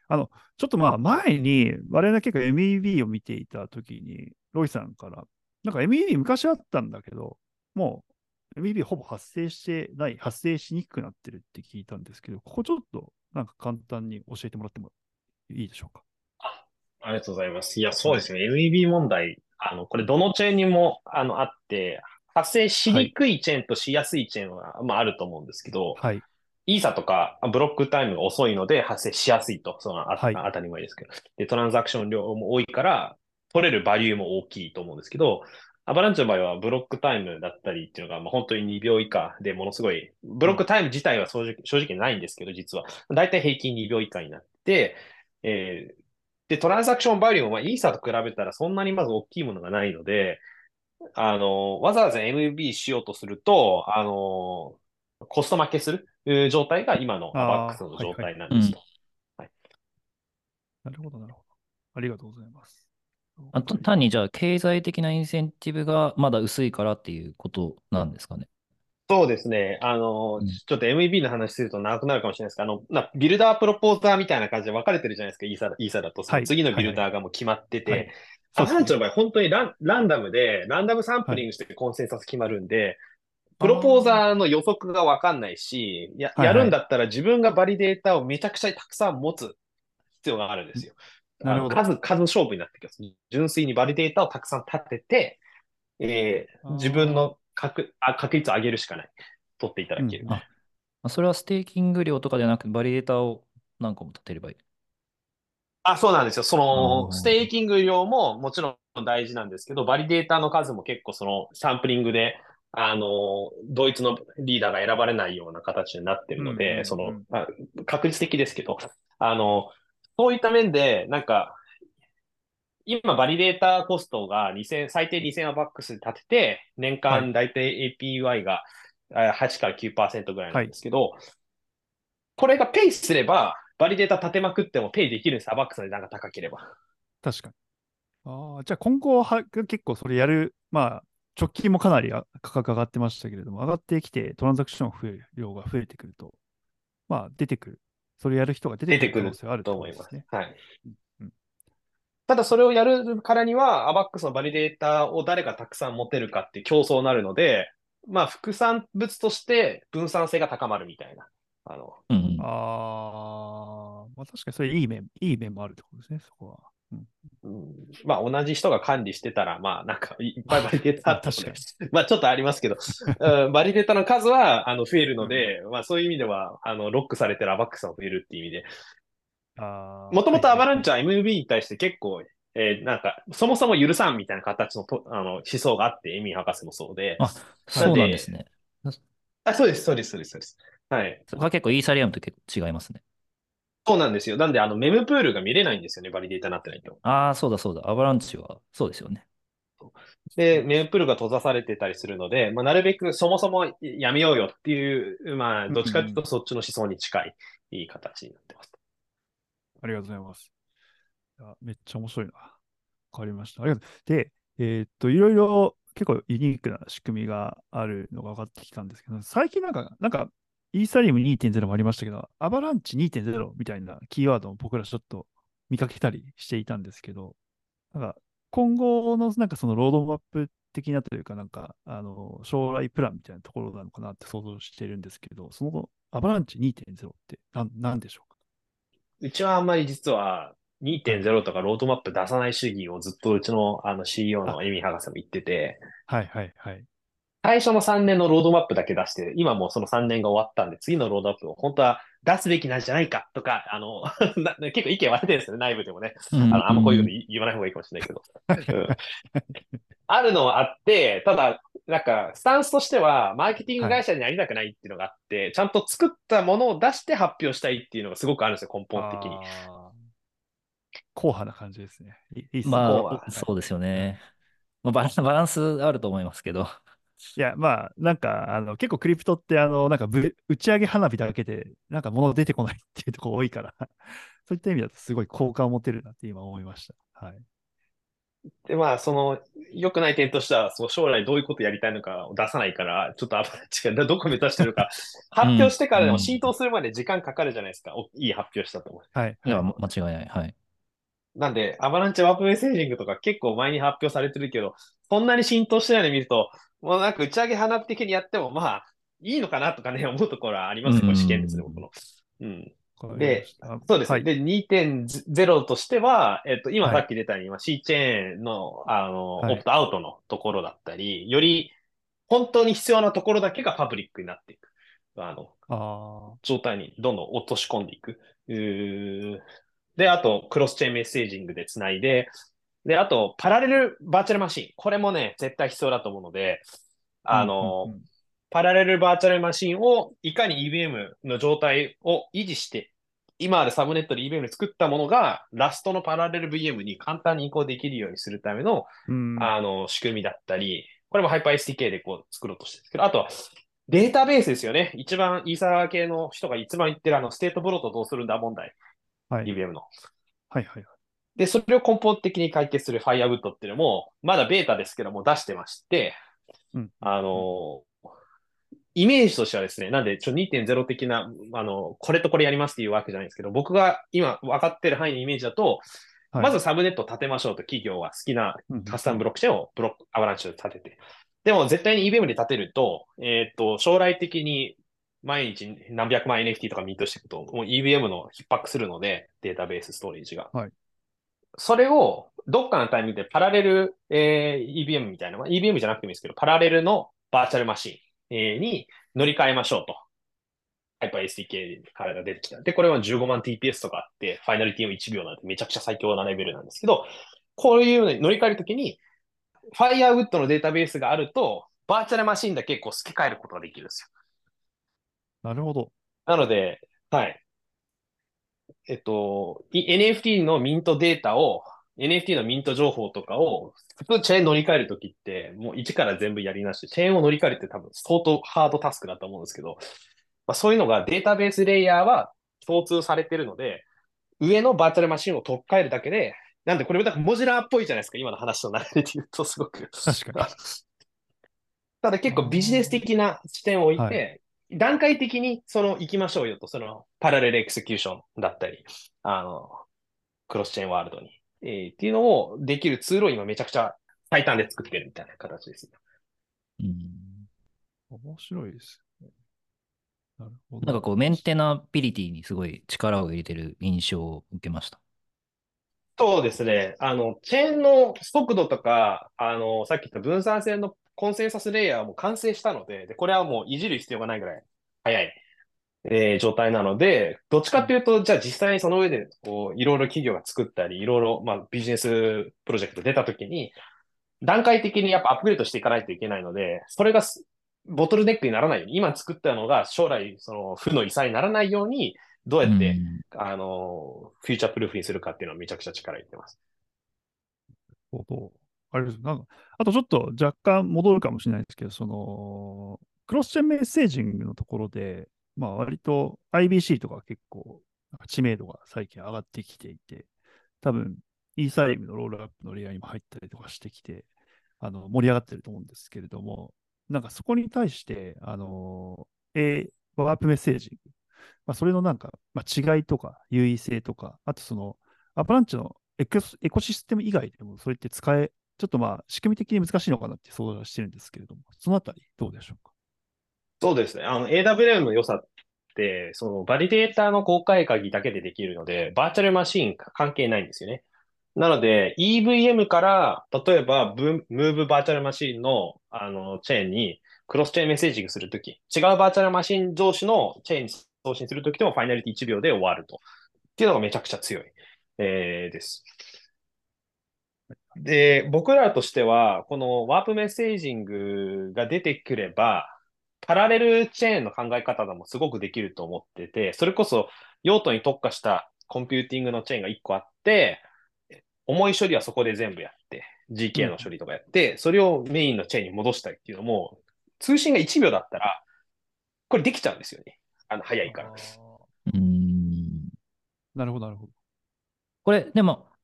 あの、ちょっとまあ前に、我々結構 エムイービー を見ていたときに、ロイさんから、なんか エムイービー 昔あったんだけど、もう エムイービー ほぼ発生してない、発生しにくくなってるって聞いたんですけど、ここちょっとなんか簡単に教えてもらってもいいでしょうか。 あ、ありがとうございます。いや、そうはい。 ですね。エムイービー 問題、あの、これどのチェーンにも、あの、あって、発生しはい。 にくいチェーンとしやすいチェーンは、まあ、あると思うんですけど、 はい。 イーサとかブロックタイムが遅いので発生しやすいと、そのあはい。 当たり前ですけど。で、トランザクション量も多いから、取れるバリューも大きいと思うんですけど、アバランチの場合はブロックタイムだったりっていうのが、まあ、本当ににびょう以下でものすごい、ブうん。 ロックタイム自体は正直、正直ないんですけど、実は。だいたい平均にびょう以下になって、えーで、トランザクションバリューも、まあ、イーサと比べたらそんなにまず大きいものがないので、あの、わざわざ エムビー しようとすると、あの、コスト負けするえー状態が今のアバックスああ、はい。 の状はい。 態なんですと。はい。 なるほど、なるほど。ありがとうございます。了あと解です。 単にじゃあ経済的なインセンティブがまだ薄いからっていうことなんですかね。 そうですね。あの、 うん。 ちょっと エムビー の話すると長くなるかもしれないですけど、あの、なビルダープロポーザーみたいな感じで分かれてるじゃないですか、イーサ、イーサだと。そはい。 の次のはい。はい。 ビルダーがもう決まってはい。 て、 そうですね。 アバランチの場合、本当にラン、ランダムで、ランダムサンプはい。 リングしてコンセンサス決まるんで、プロポーあザーの予測がわかんないし、や、 あ、はい。 やるはい。 んだったら自分がバリデータをめちゃくちゃたくさん持つ必要があるんですよ。あの、 なるほど。 数、数勝負になってきます。純粋にバリデータをたくさん立てて、えー自分ああ、 の確、あ、確率を上げるしかない。取っていただうん。うける。 あ、 ん。 まあそれはステーキング量とかじゃなくて、バリデータを何個も立てればいい。 あ、そうなんですよ。そあの、ステーあ。 キング量ももちろん大事なんですけど、バリデータの数も結構そのサンプリングで、あの、同一のリーダーが選ばれないような形になってるうん。うので、そん。うの、 ん。 あ確率的ですけど、あの、そういった面で、なんか、今、バリデータコストがにせん、最低にせんアバックスで立てて、年はい。 間だいたい エーピーワイ があはちからきゅうパーセントぐらいなはい。 んですけど、これがペイすれば、バリデータ立てまくってもペイできるんです。アバックスの値段が高ければ。 確かに。ああ、じゃあ今後は結構それやる、まあ、直近もかなりあ価格上がってましたけれども、上がってきてトランザクション増える量が増えてくると、まあ、出てくる。それやる人が出てくる可能出てくる性はあるってと思います。 ことですね。 はい。 うん。うん。 ただそれをやるからには、アバックスのバリデータを誰がたくさん持てるかっていう競争になるので、まあ、副産物として分散性が高まるみたいな。あの、 うん。 ああ、まあ確かにそれいい面、いい面もあるってことですね、そこは。うん。 うん、まあ、同じ人が管理してたら、まあ、なんか、いっぱいバリデータあってもね、 まあ確かに。 まあ、ちょっとありますけど、うん、バリデータの数は、あの、増えるうん。 ので、まあ、そういう意味では、あの、ロックされてるアバックスも増えるっていう意味で、 ああ、 もともはいはいはい。 とアバランチは エムビー に対して結構、えーなんか、そもそも許さんみたいな形のと、あの、思想があって、エミー博士もそうで、 あ、そうなんですなんで、 ね。 あ、そうです、そうです、そうです、そうです。はい。 そこは結構イーサリアムと結構違いますね。 そうなんですよ。なんで、あの、メムプールが見れないんですよね、バリデータになってないと。 ああ、そうだそうだ。アバランチは、そうですよね。 で、メムプールが閉ざされてたりするので、まあ、なるべくそもそもやめようよっていう、まあ、 うんうん。 どっちかというとそっちの思想に近い、いい形になってます。 ありがとうございます。いやめっちゃ面白いな。わかりました。ありがとう。で、えーっと、いろいろ結構ユニークな仕組みがあるのが分かってきたんですけど、最近なんか、なんか、イーサリアムにてんゼロもありましたけど、アバランチにてんゼロみたいなキーワードを僕らちょっと見かけたりしていたんですけど、なんか、今後のなんかそのロードマップ的なというか、なんか、あの、将来プランみたいなところなのかなって想像してるんですけど、そのアバランチにてんゼロって何、なんでしょううちはあんまり実はか？はい。 にてんゼロとかロードマップ出さない主義をずっとうちのあの シーイーオーあ、 のエミー博士も言ってて、 はいはいはい。 最初のさんねんのロードマップだけ出して、今もうそのさんねんが終わったんで、次のロードマップを本当は出すべきなんじゃないかとか、あの、な結構意見割れてるんですよね、内部でもね。 うんあの、あんまこういうことうん。 言わない方がいいかもしれないけど。 はいうん、あるのはあって、ただ、なんか、スタンスとしては、マーケティングはい。 会社になりたくないっていうのがあって、ちゃんと作ったものを出して発表したいっていうのがすごくあるんですよ、根本的に。 ああ、硬派な感じですね。いいいっすね。 まあ、 こうは。 はい。 そうですようん。 ね。まあ、バランス、バランスあると思いますけど。 いや、まあ、なんか、あの、結構クリプトって、あの、なんかぶ、打ち上げ花火だけで、なんか物出てこないっていうところ多いからそういった意味だとすごい好感を持てるなって今思いました。はい。 で、まあ、その、良くない点としては、そう将来どういうことやりたいのかを出さないから、ちょっとアバランチがどこ目指してるか、 うん。 発表してからでも浸うん。 透するまで時間かかるじゃないですか。おいい発表したと思う。 はい、 いや、 はい。 ま間違いない。はい。 なんで、アバランチワープメッセージングとか結構前に発表されてるけど、そんなに浸透してないの見ると、もうなんか打ち上げ花火的にやっても、まあ、いいのかなとかね、思うところはありまうすね。これ試験ですね、 ん。 僕の。うん。 わかりまで、 した。 そうですね。 はい、 で、にてんゼロとしては、えっと、今はい、 さっき出たように、今 C チェーンの、あの、 はい。 オプトアウトのところだったり、より本当に必要なところだけがパブリックになっていく。あの、 あ状態にどんどん落とし込んでいく。うーで、あと、クロスチェーンメッセージングでつないで、で、あと、パラレルバーチャルマシン。これもね、絶対必要だと思うので、 ー、うあん、うん、うの、 ん。 パラレルバーチャルマシンをいかに イービーエム の状態を維持して、今あるサブネットで イービーエム で作ったものが、ラストのパラレル ブイエム に簡単に移行できるようにするための、 うん、 あの、仕組みだったり、これも HyperSDK でこう作ろうとしてるんですけど、あとはデータベースですよね。一番イーサー系の人が一番言ってるあの、ステートブロートどうするんだ問題。 はい、 イービーエム の。 はい、はい。はい。 で、それを根本的に解決する Firewood っていうのも、まだベータですけども出してまして、 うん、うん、 あうん。 の、イメージとしてはですね、なんで、ちょ、にてんゼロ的な、あの、これとこれやりますっていうわけじゃないんですけど、僕が今分かってる範囲のイメージだと、 はい。 まずサブネットを立てましょうと、企業は好きなうん、うん、 カスタムブロックチェーンをブロック、アバランチで立てて。でも、絶対に イービーエム で立てると、えっと、将来的に毎日何百万 エヌエフティー とかミントしていくと、もう イービーエム の逼迫するので、データベースストレージが。 はい。 それをどっかのタイミングでパラレル、えー イービーエム みたいな、まあ、イービーエム じゃなくてもいいですけど、パラレルのバーチャルマシン、えーに乗り換えましょうと。HyperSDK からが出てきた。で、これはじゅうごまん ティーピーエス とかあって、ファイナリティもいちびょうなんてめちゃくちゃ最強なレベルなんですけど、こういうのに乗り換えるときに、Firewood のデータベースがあると、バーチャルマシンだけこう付け替えることができるんですよ。 なるほど。 なので、はい。えっと、エヌエフティー のミントデータを、エヌエフティー のミント情報とかを、普通チェーン乗り換えるときって、もう一から全部やりなしで、チェーンを乗り換えるって多分相当ハードタスクだと思うんですけど、まあ、そういうのがデータベースレイヤーは共通されてるので、上のバーチャルマシンを取っ換えるだけで、なんでこれだからモジュラーっぽいじゃないですか、今の話と流れで言うとすごく。 確かに。 ただ結構ビジネスあ的な視点を置あ。はい。 いて、段階的にその行きましょうよと、そのパラレルエクセキューションだったり、あの、クロスチェーンワールドに、えーっていうのをできるツールを今めちゃくちゃ最短で作ってるみたいな形です。 うん。 面白いですね。なるほど。 なんかこう、メンテナビリティにすごい力を入れてる印象を受けました。 そうですね。あの、チェーンの速度とか、あの、さっき言った分散性のコンセンサスレイヤーも完成したので、で、これはもういじる必要がないぐらい早い、えー状態なので、どっちかっていうと、じゃあ実際にその上で、こう、いろいろ企業が作ったり、いろいろ、まあ、ビジネスプロジェクト出たときに、段階的にやっぱアップグレードしていかないといけないので、それがボトルネックにならないように、今作ったのが将来、その負の遺産にならないように、どううやって、 ん。 あの、フューチャープルーフにするかっていうのはめちゃくちゃ力入れてます。 ほど。あれです。なんか、あとちょっと若干戻るかもしれないですけど、その、クロスチェーンメッセージングのところで、まあ割と アイビーシー とか結構なんか知名度が最近上がってきていて、多分、イーサリアムのロールアップのレイヤーにも入ったりとかしてきて、あの、盛り上がってると思うんですけれども、なんかそこに対して、あの、A、ワープメッセージング、まあ、それのなんか、まあ、違いとか優位性とか、あとその、アパランチのエクスエコシステム以外でも、それって使え、ちょっとまあ、仕組み的に難しいのかなって想像してるんですけれども、そのあたりどうでしょうか。 そうですね。あの、エーダブリューエム の良さって、その、バリデータの公開鍵だけでできるので、バーチャルマシン関係ないんですよね。なので、イーブイエム から、例えば、ブムーブバーチャルマシンの、あの、チェーンに、クロスチェーンメッセージングするとき、違うバーチャルマシン同士のチェーンに送信するときでも、ファイナリティいちびょうで終わると。っていうのがめちゃくちゃ強い、えーです。で、僕らとしては、このワープメッセージングが出てくれば、パラレルチェーンの考え方でもすごくできると思ってて、それこそ用途に特化したコンピューティングのチェーンがいっこあって、重い処理はそこで全部やって、 うジーケー の処ん。 理とかやって、それをメインのチェーンに戻したいっていうのも、通信がいちびょうだったら、これできちゃうんですよね。あの、早あいから。 ー、 うん。 なるほど、なるほど。 これ、でも、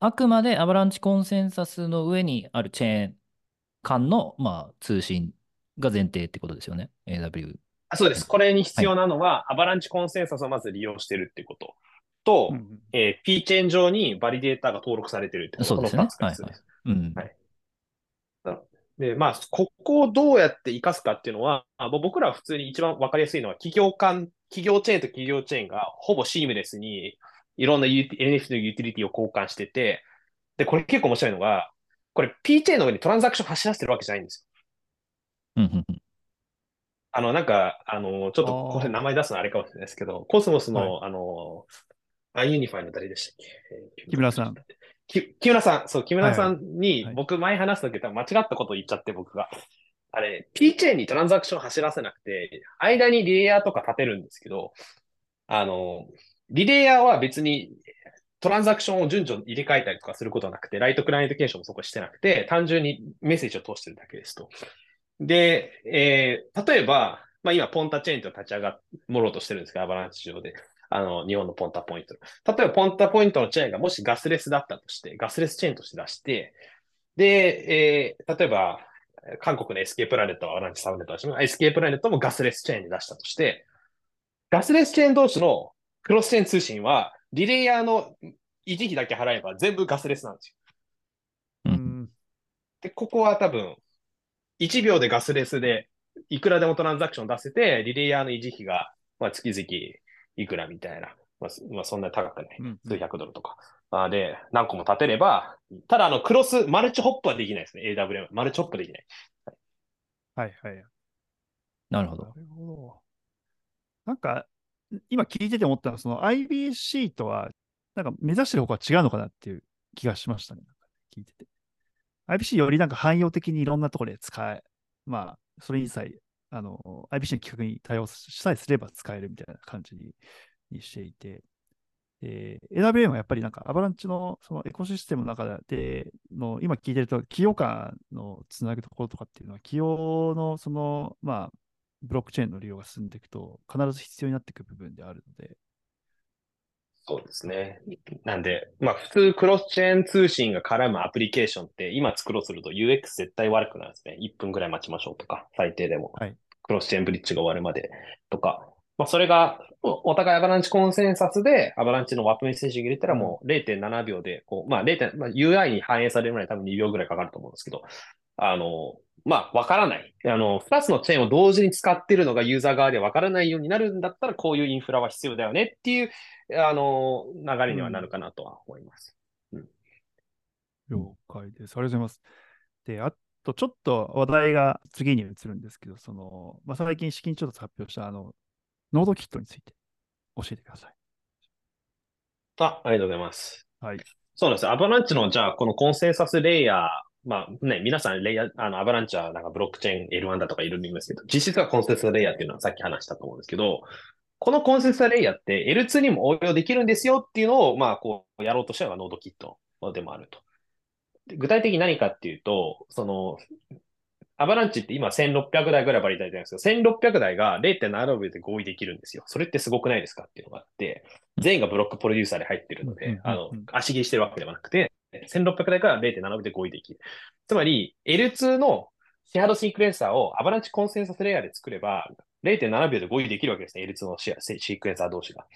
あくまでアバランチコンセンサスの上にあるチェーン間の、まあ、通信が前提ってことですよね。エーダブリュー。 あ、そうです。これに必はい。 要なのは、アバランチコンセンサスをまず利用してるっていうことと、 うんうん。 えー、P チェーン上にバリデータが登録されてるってこと、この2 そうですよね。 つがはいはい。 必要です。 うん。 はい。で、まあ、ここをどうやって活かすかっていうのは、あもう僕らは普通に一番わかりやすいのは、企業間、企業チェーンと企業チェーンがほぼシームレスにいろんな ユーティー エヌエフティー のユーティリティを交換してて、で、これ結構面白いのが、これ P チェーンの上にトランザクション走らせてるわけじゃないんですよ。 うんうんうん。 あの、なんか、あの、ちょっとこれ名あ前出すのあれかもしれないですけど、コスモスあ、はい。 の、あの、アンユニファイの誰でしたっけ？えー木村さん。 き木村さん、そう、木村さはいはい。 んにはい。 僕前話した時多分間違ったことを言っちゃって僕が。あれ、P チェーンにトランザクション走らせなくて、間にリレイヤーとか立てるんですけど、あの、リレイヤーは別にトランザクションを順序入れ替えたりとかすることはなくて、ライトクライアントケーションもそこしてなくて、単純にメッセージを通してるだけですと。で、えー、例えば、まあ今、ポンタチェーンと立ち上がもろうとしてるんですけど、アバランチ上で。あの、日本のポンタポイント。例えば、ポンタポイントのチェーンがもしガスレスだったとして、ガスレスチェーンとして出して、で、えー、例えば、韓国の エスケー プラネットはアバランチサブネットだし、エスケー プラネットもガスレスチェーンに出したとして、ガスレスチェーン同士のクロスチェーン通信は、リレイヤーの維持費だけ払えば全部ガスレスなんですよ。 うん。 うん。 で、ここは多分、いちびょうでガスレスで、いくらでもトランザクション出せて、リレイヤーの維持費が、まあ、月々いくらみたいな。まあ、まあ、そんな高くない。 うんうん。 数百ドルとか。あで、何個も立てれば、ただ、あの、クロス、マルチホップはできないですね。エーダブリューエム。マルチホップできない。 はいはい。 なるほど。 なるほど。なんか、今聞いてて思ったのは、その アイビーシー とは、なんか目指してる方向は違うのかなっていう気がしましたね。なんか聞いてて。アイビーシー よりなんか汎用的にいろんなところで使え、まあ、それにさえ、あの、アイビーシー の規格に対応さえすれば使えるみたいな感じににしていて、えー、エーダブリューエム はやっぱりなんかアバランチのそのエコシステムの中での、今聞いてると、企業間のつなぐところとかっていうのは、企業のその、まあ、ブロックチェーンの利用が進んでいくと、必ず必要になっていく部分であるので、 そうですね。なんで、まあ、普通クロスチェーン通信が絡むアプリケーションって今作ろうとすると ユーエックス 絶対悪くなるんですね。いっぷんぐらい待ちましょうとか、最低でも。 はい。 クロスチェーンブリッジが終わるまでとか。まあ、それが、おお互いアバランチコンセンサスで、アバランチのワープメッセージ入れたらうん。 もうれいてんななびょうで、こう、まあ、れい. まあ、ユーアイ に反映されるまで多分にびょうぐらいかかると思うんですけど、あの、まあ、わからない。あの、二つのチェーンを同時に使っているのがユーザー側でわからないようになるんだったら、こういうインフラは必要だよねっていう、あの、流れにはなうん。 るかなとは思います。うん、 うん了解です。ありがとうございます。で、あとちょっと話題が次に移るんですけど、その、まあ、最近資金調達発表したあの、ノードキットについて教えてください。 あ、ありがとうございます。 はい。 そうなんですよ。アバランチの、じゃあ、このコンセンサスレイヤー、まあね、皆さんレイヤー、あの、アバランチはなんかブロックチェーン エルワン だとかいろいろ言いますけど、実質はコンセンサスレイヤーっていうのはさっき話したと思うんですけど、このコンセンサスレイヤーって エルツー にも応用できるんですよっていうのを、まあ、こう、やろうとしたのがノードキットでもあると。で具体的に何かっていうと、その、アバランチって今せんろっぴゃくだいぐらいバリダイてるんですけど、せんろっぴゃくだいがれいてんななびょうで合意できるんですよ。それってすごくないですかっていうのがあって、全員がブロックプロデューサーで入ってるうんうので、あの、 んうんうん。 足切りしてるわけではなくて、せんろっぴゃくだいかられいてんななびょうで合意できる。つまり、エルツー のシェアードシークエンサーをアバランチコンセンサスレイヤーで作れば、れいてんななびょうで合意できるわけですね。エルツー のシェアシークエンサー同士が。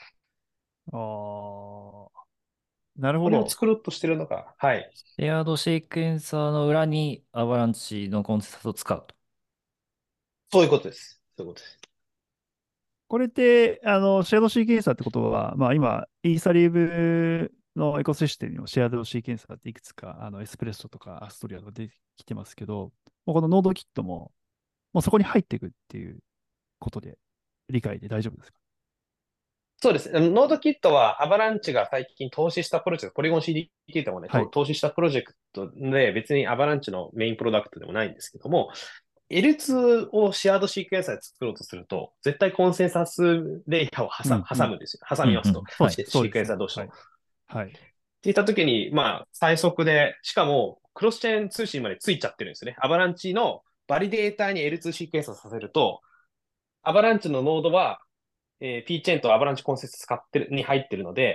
ああ、なるほこれをど。 作ろうとしてるのが、はい。 シェアードシークエンサーの裏にアバランチのコンセンサスを使うと。 そういうことです。そういうことです。 これって、あの、シェアードシーケンサーってことは、まあ今、イーサリウムのエコシステムにもシェアードシーケンサーっていくつか、あの、エスプレッソとかアストリアとか出てきてますけど、もうこのノードキットも、もうそこに入っていくっていうことで、理解で大丈夫ですか？ そうです。あのノードキットはアバランチが最近投資したプロジェクト、ポリゴン シーディーティー ともね、 はい。 と投資したプロジェクトで別にアバランチのメインプロダクトでもないんですけども、エルツー をシェアードシークエンサーで作ろうとすると、絶対コンセンサスレイヤーを挟む、 うんうん。 挟むんですよ。挟みますと。 うんうん。はい。 シークエンサーそうですね。 同士と。っはい。はい。 て言ったときに、まあ、最速で、しかも、クロスチェーン通信までついちゃってるんですね。アバランチのバリデータに エルツー シークエンサーさせると、アバランチのノードは、えー、P チェーンとアバランチコンセンサス使ってる、に入ってるので、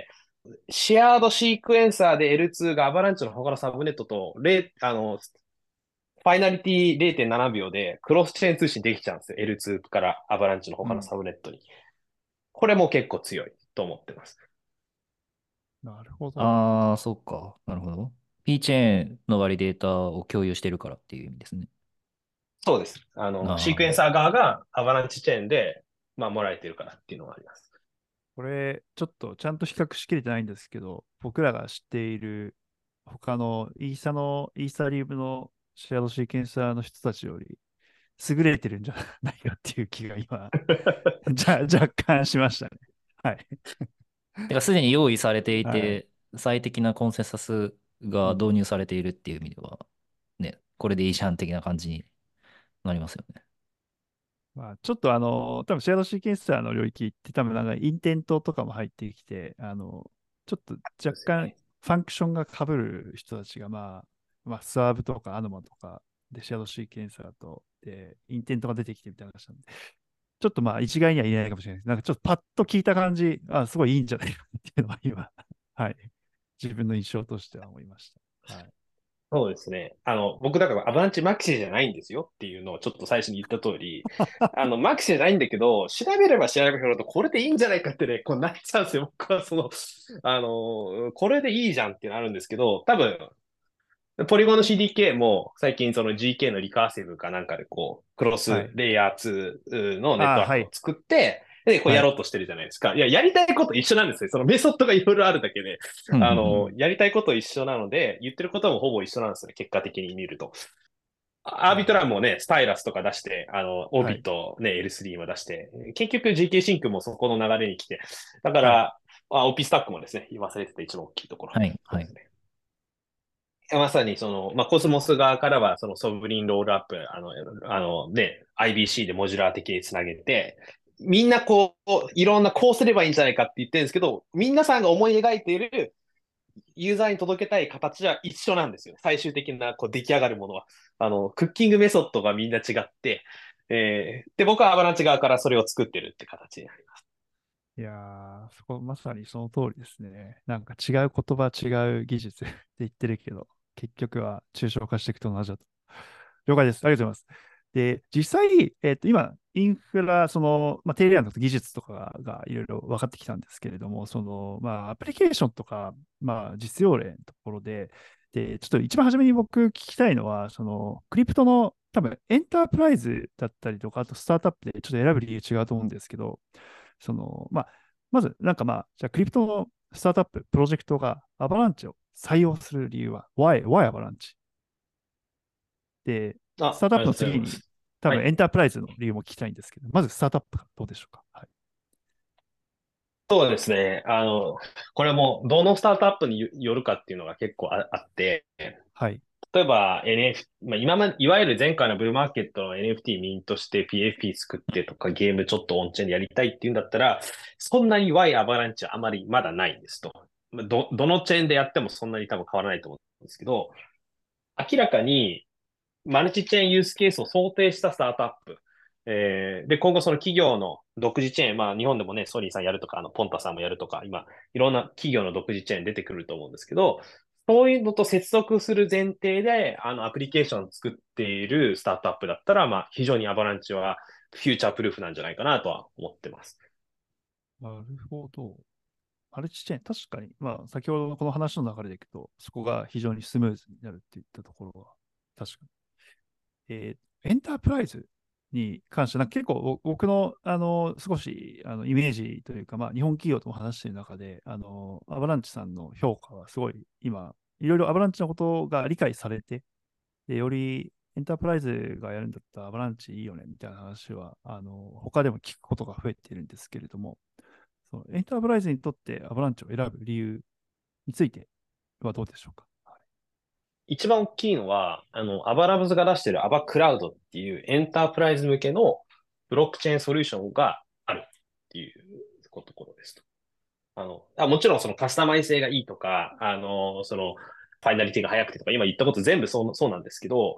シェアードシークエンサーで エルツー がアバランチの他のサブネットと、0あの、ファイナリティれいてんななびょうでクロスチェーン通信できちゃうんですよ。エルツー からアバランチの他のうん。 サブネットに。これも結構強いと思ってます。 なるほど。 ああ、そっか。なるほど。P チェーンのバリデータを共有してるからっていう意味ですね。 そうです。あの、シークエンあサー側がアバランチチェーンで、まあ、もらえてるからっていうのがあります。 これ、ちょっとちゃんと比較しきれてないんですけど、僕らが知っている他のイーサの、イーサリウムのシェアドシーケンサーの人たちより優れてるんじゃないかっていう気が今、じゃ、若干しましたね。はい。 あ。てか、すでに用意されていはい。 て、最適なコンセンサスがうん。 導入されているっていう意味では、ね、これでいいじゃん的な感じになりますよね。 まあ、ちょっとあの、多分シェアドシーケンサーの領域って多分なんかインテントとかも入ってきて、あの、ちょっと若干ですよね。 ファンクションが被る人たちがまあ、まあ、スワーブとかアノマとかでシェアドシーケンサーとでインテントが出てきてみたいな話なんで、ちょっとまあ一概には言えないかもしれないです。なんかちょっとパッと聞いた感じ、あ、すごいいいんじゃないかっていうのは今、はい。自分の印象としては思いました。はい。 そうですね。あの、僕だからアバランチマキシじゃないんですよっていうのをちょっと最初に言った通り、あの、マキシじゃないんだけど、調べれば調べるほどこれでいいんじゃないかってね、こうなっちゃうんですよ。僕はその、あの、これでいいじゃんってなるんですけど、多分、ポリゴンの シーディーケー も最近その ジーケー のリカーシブかなんかでこう、クロスはい。 レイヤーツーのネットああ、 ワーはい。 クを作って、で、こうはい。 やろうとしてるじゃないですか。いや、やりたいこと一緒なんですよ。そのメソッドがいろいろあるだけで。 うんうんうあの、 ん。 やりたいこと一緒なので、言ってることもほぼ一緒なんですよね。結果的に見ると。アービトランもあね、スタイラスとか出して、あの、オーあ、はい。 ビットね、エルスリー も出して、結局 ジーケー シンクもそこの流れに来て、だかはい。 ら、あ、オーピー スタックもですね、言わされてた一番大きいところ。 はい、はい。 そうですね。まさにその、まあ、コスモス側からは、そのソブリンロールアップ、あの、あのね、アイビーシー でモジュラー的につなげて、みんなこう、いろんなこうすればいいんじゃないかって言ってるんですけど、皆さんが思い描いているユーザーに届けたい形は一緒なんですよ。最終的なこう出来上がるものは。あの、クッキングメソッドがみんな違って、えー、で、僕はアバランチ側からそれを作ってるって形になります。 いやー、そこまさにその通りですね。なんか違う言葉、違う技術って言ってるけど、結局は抽象化していくと同じだと。了解です。ありがとうございます。で、実際、えっと、今、インフラ、その、まあ、低レイヤーの技術とかが、がいろいろ分かってきたんですけれども、その、まあ、アプリケーションとか、まあ、実用例のところで、で、ちょっと一番初めに僕聞きたいのは、その、クリプトの多分エンタープライズだったりとか、あとスタートアップでちょっと選ぶ理由違うと思うんですけど、その、まあ、まず、なんかまあ、じゃあクリプトのスタートアップ、プロジェクトがアバランチを採用する理由は、Why, Why アバランチで、スあ、 タートアップのありがとうござ次に、 います。 多はい。 分エンタープライズの理由も聞きたいんですけど、まずスタートアップからどうでしょうか。はい。 そうですね。あの、これもどのスタートアップによるかっていうのが結構ああって、 はい。 例えば エヌエフ、まあ、今まで、いわゆる前回のブルーマーケットの エヌエフティー ミントして ピーエフピー 作ってとかゲームちょっとオンチェーンでやりたいっていうんだったら、そんなに Y アバランチはあまりまだないんですと。まあど、どのチェーンでやってもそんなに多分変わらないと思うんですけど、明らかにマルチチェーンユースケースを想定したスタートアップ。えー、で、今後その企業の独自チェーン、まあ日本でもね、ソニーさんやるとか、あの、ポンタさんもやるとか、今、いろんな企業の独自チェーン出てくると思うんですけど、そういうのと接続する前提で、あの、アプリケーションを作っているスタートアップだったら、まあ、非常にアバランチはフューチャープルーフなんじゃないかなとは思ってます。 なるほど。マルチチェーン、確かに、まあ、先ほどのこの話の流れでいくと、そこが非常にスムーズになるっていったところは、確かに。えーエンタープライズに関して、なんか結構僕の、あの、少し、あの、イメージというか、まあ、日本企業とも話している中で、あの、アバランチさんの評価はすごい、今、いろいろアバランチのことが理解されて、で、よりエンタープライズがやるんだったらアバランチいいよねみたいな話は、あの、他でも聞くことが増えているんですけれども、そのエンタープライズにとってアバランチを選ぶ理由についてはどうでしょうか。はい。 一番大きいのは、あの、アバラブズが出しているアバクラウドっていうエンタープライズ向けのブロックチェーンソリューションがあるっていうところですと。あの、あ、もちろんそのカスタマイズ性がいいとか、あの、その、ファイナリティが速くてとか、今言ったこと全部そう、そうなんですけど、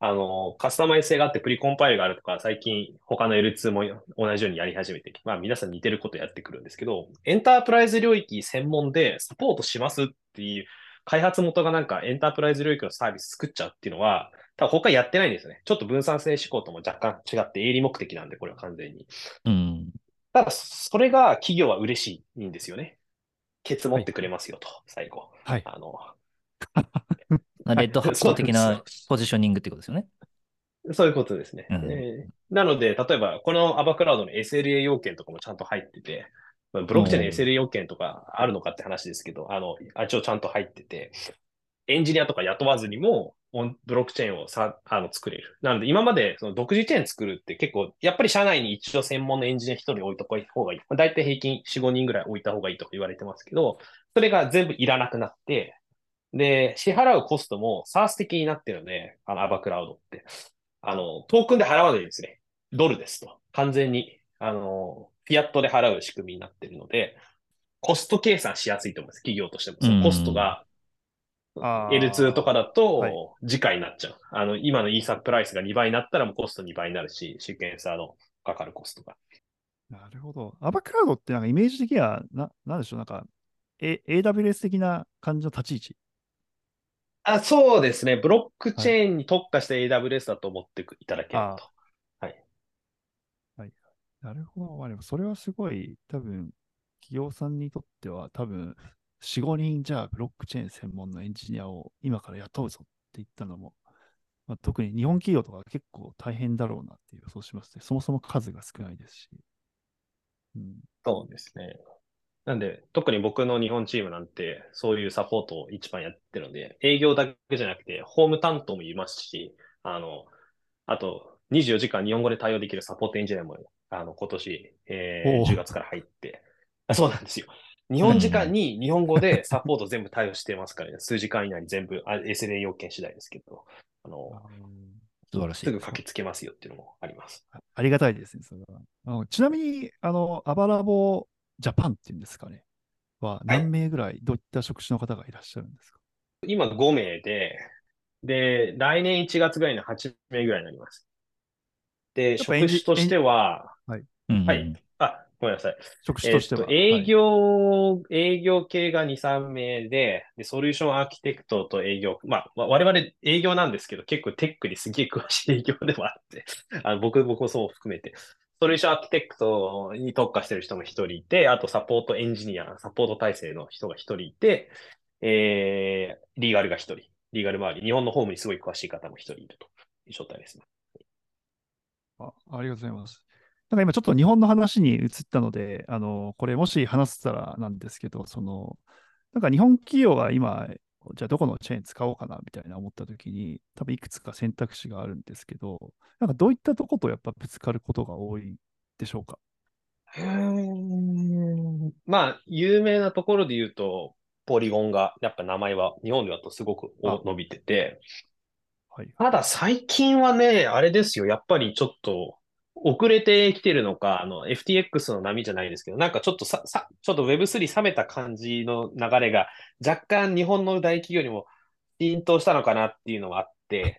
あの、カスタマイズ性があってプリコンパイルがあるとか、最近他の エルツー も同じようにやり始めて、まあ皆さん似てることやってくるんですけど、エンタープライズ領域専門でサポートしますっていう開発元がなんかエンタープライズ領域のサービス作っちゃうっていうのは、多分他やってないんですよね。ちょっと分散性思考とも若干違って営利目的なんで、これは完全に。 うん。 ただ、それが企業は嬉しいんですよね。ケツ持ってくれはいはい。 ますよと、最後。 はい。 あの、はい。 レッドハッそうなんですよ。 ト的なポジショニングってことですよね。 そういうことですね。 うん。 えーなので、例えば、このアバクラウドの エスエルエー 要件とかもちゃんと入ってて、まあブロックチェーンのおーエスエルエー 要件とかあるのかって話ですけど、あの、あ一応ちゃんと入ってて、エンジニアとか雇わずにも、オンブロックチェーンをさ、あの、作れる。なので、今まで、その独自チェーン作るって結構、やっぱり社内に一応専門のエンジニア一人置いといた方がいい。だいたい平均よん、ごにんぐらい置いた方がいいとか言われてますけど、それが全部いらなくなって、で、支払うコストも サース 的になってるので、あの、アバクラウドって。あの、トークンで払わないんですね。ドルですと。完全に、あの、フィアットで払う仕組みになってるので、コスト計算しやすいと思います。企業としても。 うそのコストん。 が エルツー とかだああ、はい。 と、時価になっちゃう。あの、今のイーサプライスがにばいになったらもうコストにばいになるし、シーケンサーのかかるコストが。 なるほど。アバクラウドってなんかイメージ的には、な、なんでしょう、なんか、A、エーダブリューエス 的な感じの立ち位置。 あ、そうですね。ブロックチはい。 ェーンに特化した エーダブリューエス だと思っていただければあと。はい。 あ、はい。なるほど。まあでもそれはすごい、多分、企業さんにとっては、多分、よん、ごにんじゃあブロックチェーン専門のエンジニアを今から雇うぞって言ったのも、まあ、特に日本企業とか結構大変だろうなっていう予想しますね。そもそも数が少ないですし。うん。 そうですね。なんで、特に僕の日本チームなんて、そういうサポートを一番やってるので、営業だけじゃなくて、ホーム担当もいますし、あの、あと、にじゅうよじかん日本語で対応できるサポートエンジニアも、あの、今年、えー、10 おお、 月から入って、あそうなんですよ。日本時間うん。 に日本語でサポート全部対応してますからね。数時間以内に全部、あ エスエルエー 要件次第ですけど、あの、 あー素晴らしい。 すぐ駆けつけますよっていうのもあります。 あありがたいですね、それは。あのちなみに、あの、アバラボジャパンっていうんですかね、は何はい。 名ぐらい、どういった職種の方がいらっしゃるんですか？ 今ご名で、で、来年いちがつぐらいのはち名ぐらいになります。で、 やっぱエンジ、エン、 職種としては、 はい。 うんうはい。 ん。 あ、ごめんなさい。 職種えっと、 としては、は営い。 業、営業系がに、さん名で、で、ソリューションアーキテクトと営業、まあ、わ我々営業なんですけど、結構テックにすげえ詳しい営業でもあって、あの僕、僕もそう含めて、ソリューションアーキテクトに特化してる人も一人いて、あとサポートエンジニア、サポート体制の人が一人いて、えー、リーガルが一人、リーガル周り、日本のホームにすごい詳しい方も一人いるという状態ですね。 あ、ありがとうございます。なんか今ちょっと日本の話に移ったので、あの、これもし話せたらなんですけど、その、なんか日本企業が今、じゃあどこのチェーン使おうかなみたいな思ったときに、多分いくつか選択肢があるんですけど、なんかどういったとことやっぱぶつかることが多いでしょうか？ うーんまあ、有名なところで言うと、ポリゴンが、やっぱ名前は日本でだとすごくあ、 伸びてて、 はいはい。 ただ最近はね、あれですよ、やっぱりちょっと遅れてきてるのか、あの エフティーエックス の波じゃないですけど、なんかちょっとさ、さ、ちょっと ウェブスリー 冷めた感じの流れが若干日本の大企業にも浸透したのかなっていうのがあって、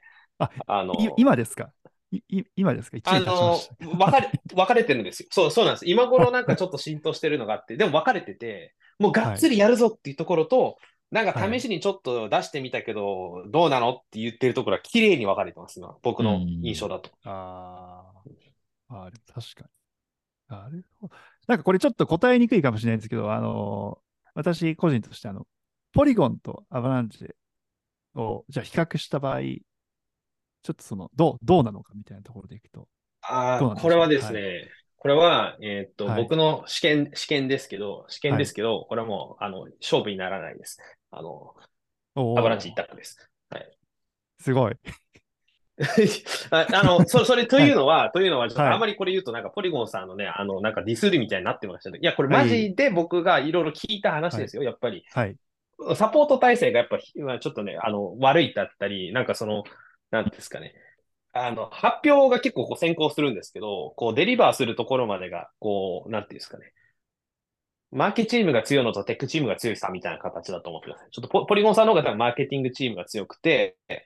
あ、い、 あの、 今ですか？い、い今ですか？ いちあ年経ちましの、分た。 かれ、分かれてるんですよ。そう、そうなんです。今頃なんかちょっと浸透してるのがあって、でも分かれてて、もうがっはい。 つりやるぞっていうところと、なんかはい。 試しにちょっと出してみたけど、どうなのって言ってるところは綺麗に分かれてます、今。僕うの印象ん。 だと。 あーあー、でも確かに。なるほど。なんかこれちょっと答えにくいかもしれないんですけど、あのー私個人としてあの、ポリゴンとアバランチェをじゃあ比較した場合、ちょっとその、どう、どうなのかみたいなところでいくと、どうああ、 なんでしょう。 これはですはい。 ね、これは、えーっと、 はい。 僕の試験、試験ですけど、試験はい。 ですけど、これはもう、あの、勝負にならないです。あの、 おアバランチ一お、 択です。はい。 すごい。 ああの、そ、それとはい。 いうのは、というのは、ちょっとはい。 あんまりこれ言うと、なんかポリゴンさんのね、あの、なんかディスるみたいになってましたけど、いや、これはい。 マジで僕がいろいろ聞いた話はい。 ですよ。やっぱり、 はい。 サポート体制がやっぱ、まあちょっとね、あの、悪いだったり、なんかその、なんですかね。あの、発表が結構こう先行するんですけど、こうデリバーするところまでが、こう、なんていうんですかね。マーケチームが強いのとテックチームが強いさみたいな形だと思ってください。ちょっとポ、ポリゴンさんの方が多分マーケティングチームが強くて、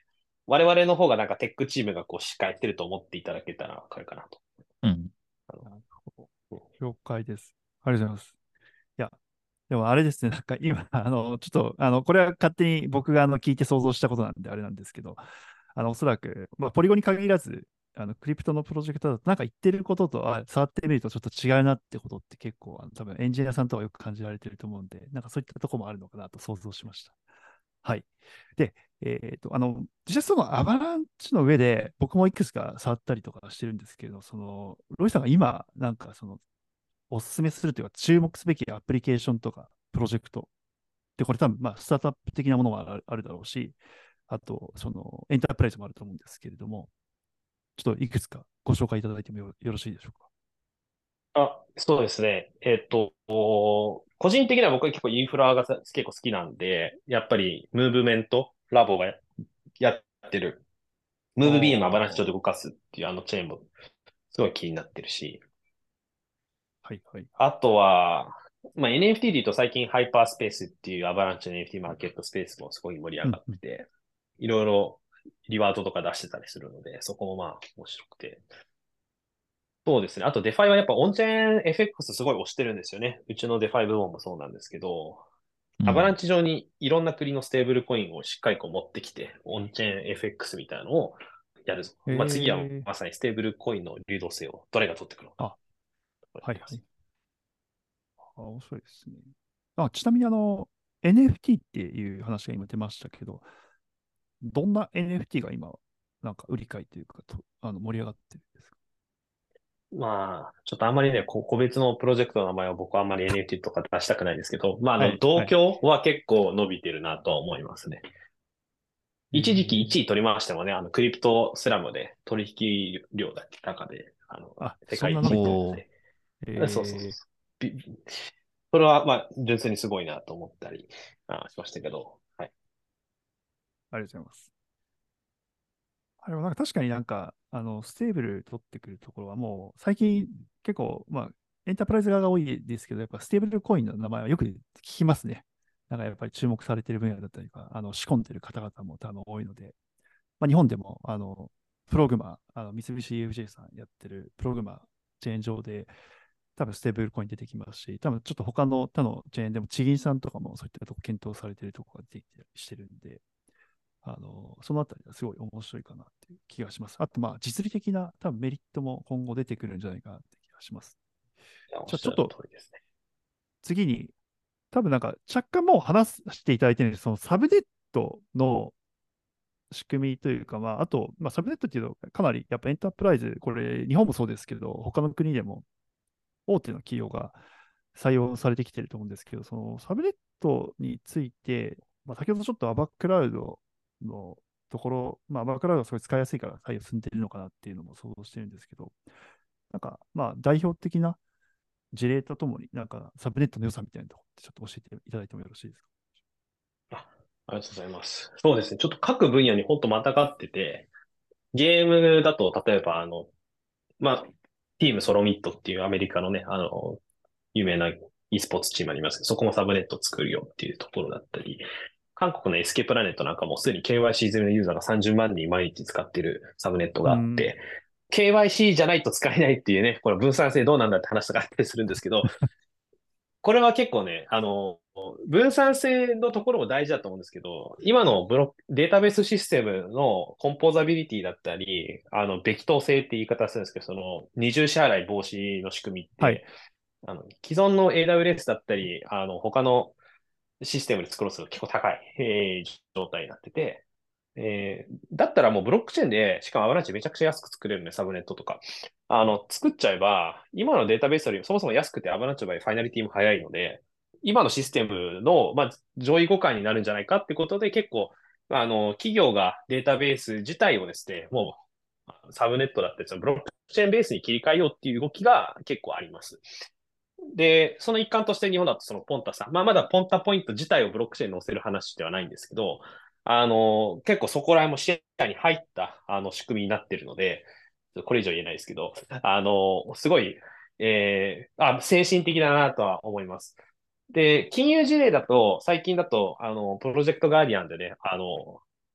我々の方がなんかテックチームがこう司会してると思っていただけたらわかるかなと。 うん。 あのなるほど。了解です。ありがとうございます。いや、でもあれですね、なんか今、あの、ちょっと、あの、これは勝手に僕があの聞いて想像したことなんであれなんですけど、あの、おそらく、まあ、ポリゴンに限らず、あの、クリプトのプロジェクトだと、なんか言ってることと、あ、触ってみるとちょっと違うなってことって結構、あの多分エンジニアさんとかよく感じられてると思うんで、なんかそういったところもあるのかなと想像しました。はい。で、えっと、あの、実際そのアバランチの上で、僕もいくつか触ったりとかしてるんですけど、その、ロイさんが今、なんかその、おすすめするというか、注目すべきアプリケーションとか、プロジェクト。で、これ多分、まあ、スタートアップ的なものもあるあるだろうし、あと、その、エンタープライズもあると思うんですけれども、ちょっといくつかご紹介いただいてもよよろしいでしょうか。 あ、そうですね。えっと、個人的には僕は結構インフラがさ結構好きなんで、やっぱりムーブメントラボがややってる、ムあーブビームアバランチあ、 上で動かすっていうあのチェーンもすごい気になってるし、 はいはい。 あとは、まあ、エヌエフティー で言うと最近ハイパースペースっていうアバランチの エヌエフティー マーケットスペースもすごい盛り上がっうんうん。 てて、いろいろリワードとか出してたりするので、そこもまあ面白くて。そうですね。あとデファイはやっぱオンチェーン エフエックス すごい推してるんですよね。うちのデファイ部門もそうなんですけど、アバランうん。 チ上にいろんな国のステーブルコインをしっかりこう持ってきて、オンチェーン エフエックス みたいなのをやるぞ。まあ、次はえー、 まさにステーブルコインの流動性をどれが取ってくるのか。 あ、はいはい。あ、面白いですね。あ、ちなみにあの、エヌエフティー っていう話が今出ましたけど、どんな エヌエフティー が今、なんか売り買いというか、とあの盛り上がってるんですか？ まあ、ちょっとあんまりね、こ個別のプロジェクトの名前を僕はあんまり エヌエフティー とか出したくないんですけど、まあ、あの、 はい、は同い。 居は結構伸びてるなとは思いますね。 え一時期1 ー、 位取りましてもね、あの、クリプトスラムで取引量だけ高で、あの、 あ、 世界一そんな伸びてるんですね。 おー。 っていうので、そうそうそうえー、 そう。びそれは、まあ、純粋にすごいなと思ったり、あ、しましたけど、はい。 ありがとうございます。あれはなんか確かになんか、あの、ステーブル取ってくるところはもう、最近結構、まあ、エンタープライズ側が多いですけど、やっぱステーブルコインの名前はよく聞きますね。なんかやっぱり注目されている分野だったりとか、あの、仕込んでいる方々も多分多いので、まあ、日本でも、あの、プログマ、あの三菱 ユーエフジェー さんやってるプログマチェーン上で、多分ステーブルコイン出てきますし、多分ちょっと他の他のチェーンでも、地銀さんとかもそういったとこ検討されているところが出てきたりしてるんで、あの、そのあたりはすごい面白いかなっていう気がします。あと、まあ、実利的な多分メリットも今後出てくるんじゃないかなって気がします。 いや、おっしゃるじゃあちょっと通りですね。 次に、多分なんか若干もう話していただいてるんですけど、そのサブネットの仕組みというか、まあ、あと、まあ、サブネットっていうと、かなりやっぱエンタープライズ、これ、日本もそうですけど、他の国でも大手の企業が採用されてきてると思うんですけど、そのサブネットについて、まあ、先ほどちょっとアバクラウドのところ、まあ、アバクラウドがすごい使いやすいから採用進んでるのかなっていうのも想像してるんですけど、なんか、まあ、代表的な事例とともに、なんか、サブネットの良さみたいなところってちょっと教えていただいてもよろしいですか？ あ、ありがとうございます。そうですね。ちょっと各分野に本当またがってて、ゲームだと、例えば、あの、まあ、チームソロミットっていうアメリカのね、あの、有名な e スポーツチームありますけど、そこもサブネット作るよっていうところだったり、韓国の エスケー プラネットなんかもすでに ケーワイシー 済みのユーザーがさんじゅうまん人毎日使ってるサブネットうん。 があって、ケーワイシー じゃないと使えないっていうね、これ分散性どうなんだって話とかあったりするんですけど、これは結構ね、あの、分散性のところも大事だと思うんですけど、今のブロック、データベースシステムのコンポーザビリティだったり、あの、べき当性って言い方するんですけど、その二重支払い防止の仕組みっはい。 て、あの、既存の エーダブリューエス だったり、あの、他のシステムで作ろうとすると結構高い、えー状態になってて、えーだったらもうブロックチェーンで、しかもアバランチめちゃくちゃ安く作れるね、サブネットとか。あの、作っちゃえば、今のデータベースよりそもそも安くてアバランチの場合ファイナリティも早いので、今のシステムの、まあ、上位互換になるんじゃないかってことで結構、あの、企業がデータベース自体をですね、もう、サブネットだってそのブロックチェーンベースに切り替えようっていう動きが結構あります。で、その一環として日本だとそのポンタさん、まあまだポンタポイント自体をブロックチェーンに載せる話ではないんですけど、あの、結構そこら辺も視野に入ったあの仕組みになっているので、これ以上言えないですけど、あの、すごい、えー、あ、先進的だなとは思います。で、金融事例だと、最近だと、あの、プロジェクトガーディアンでね、あの、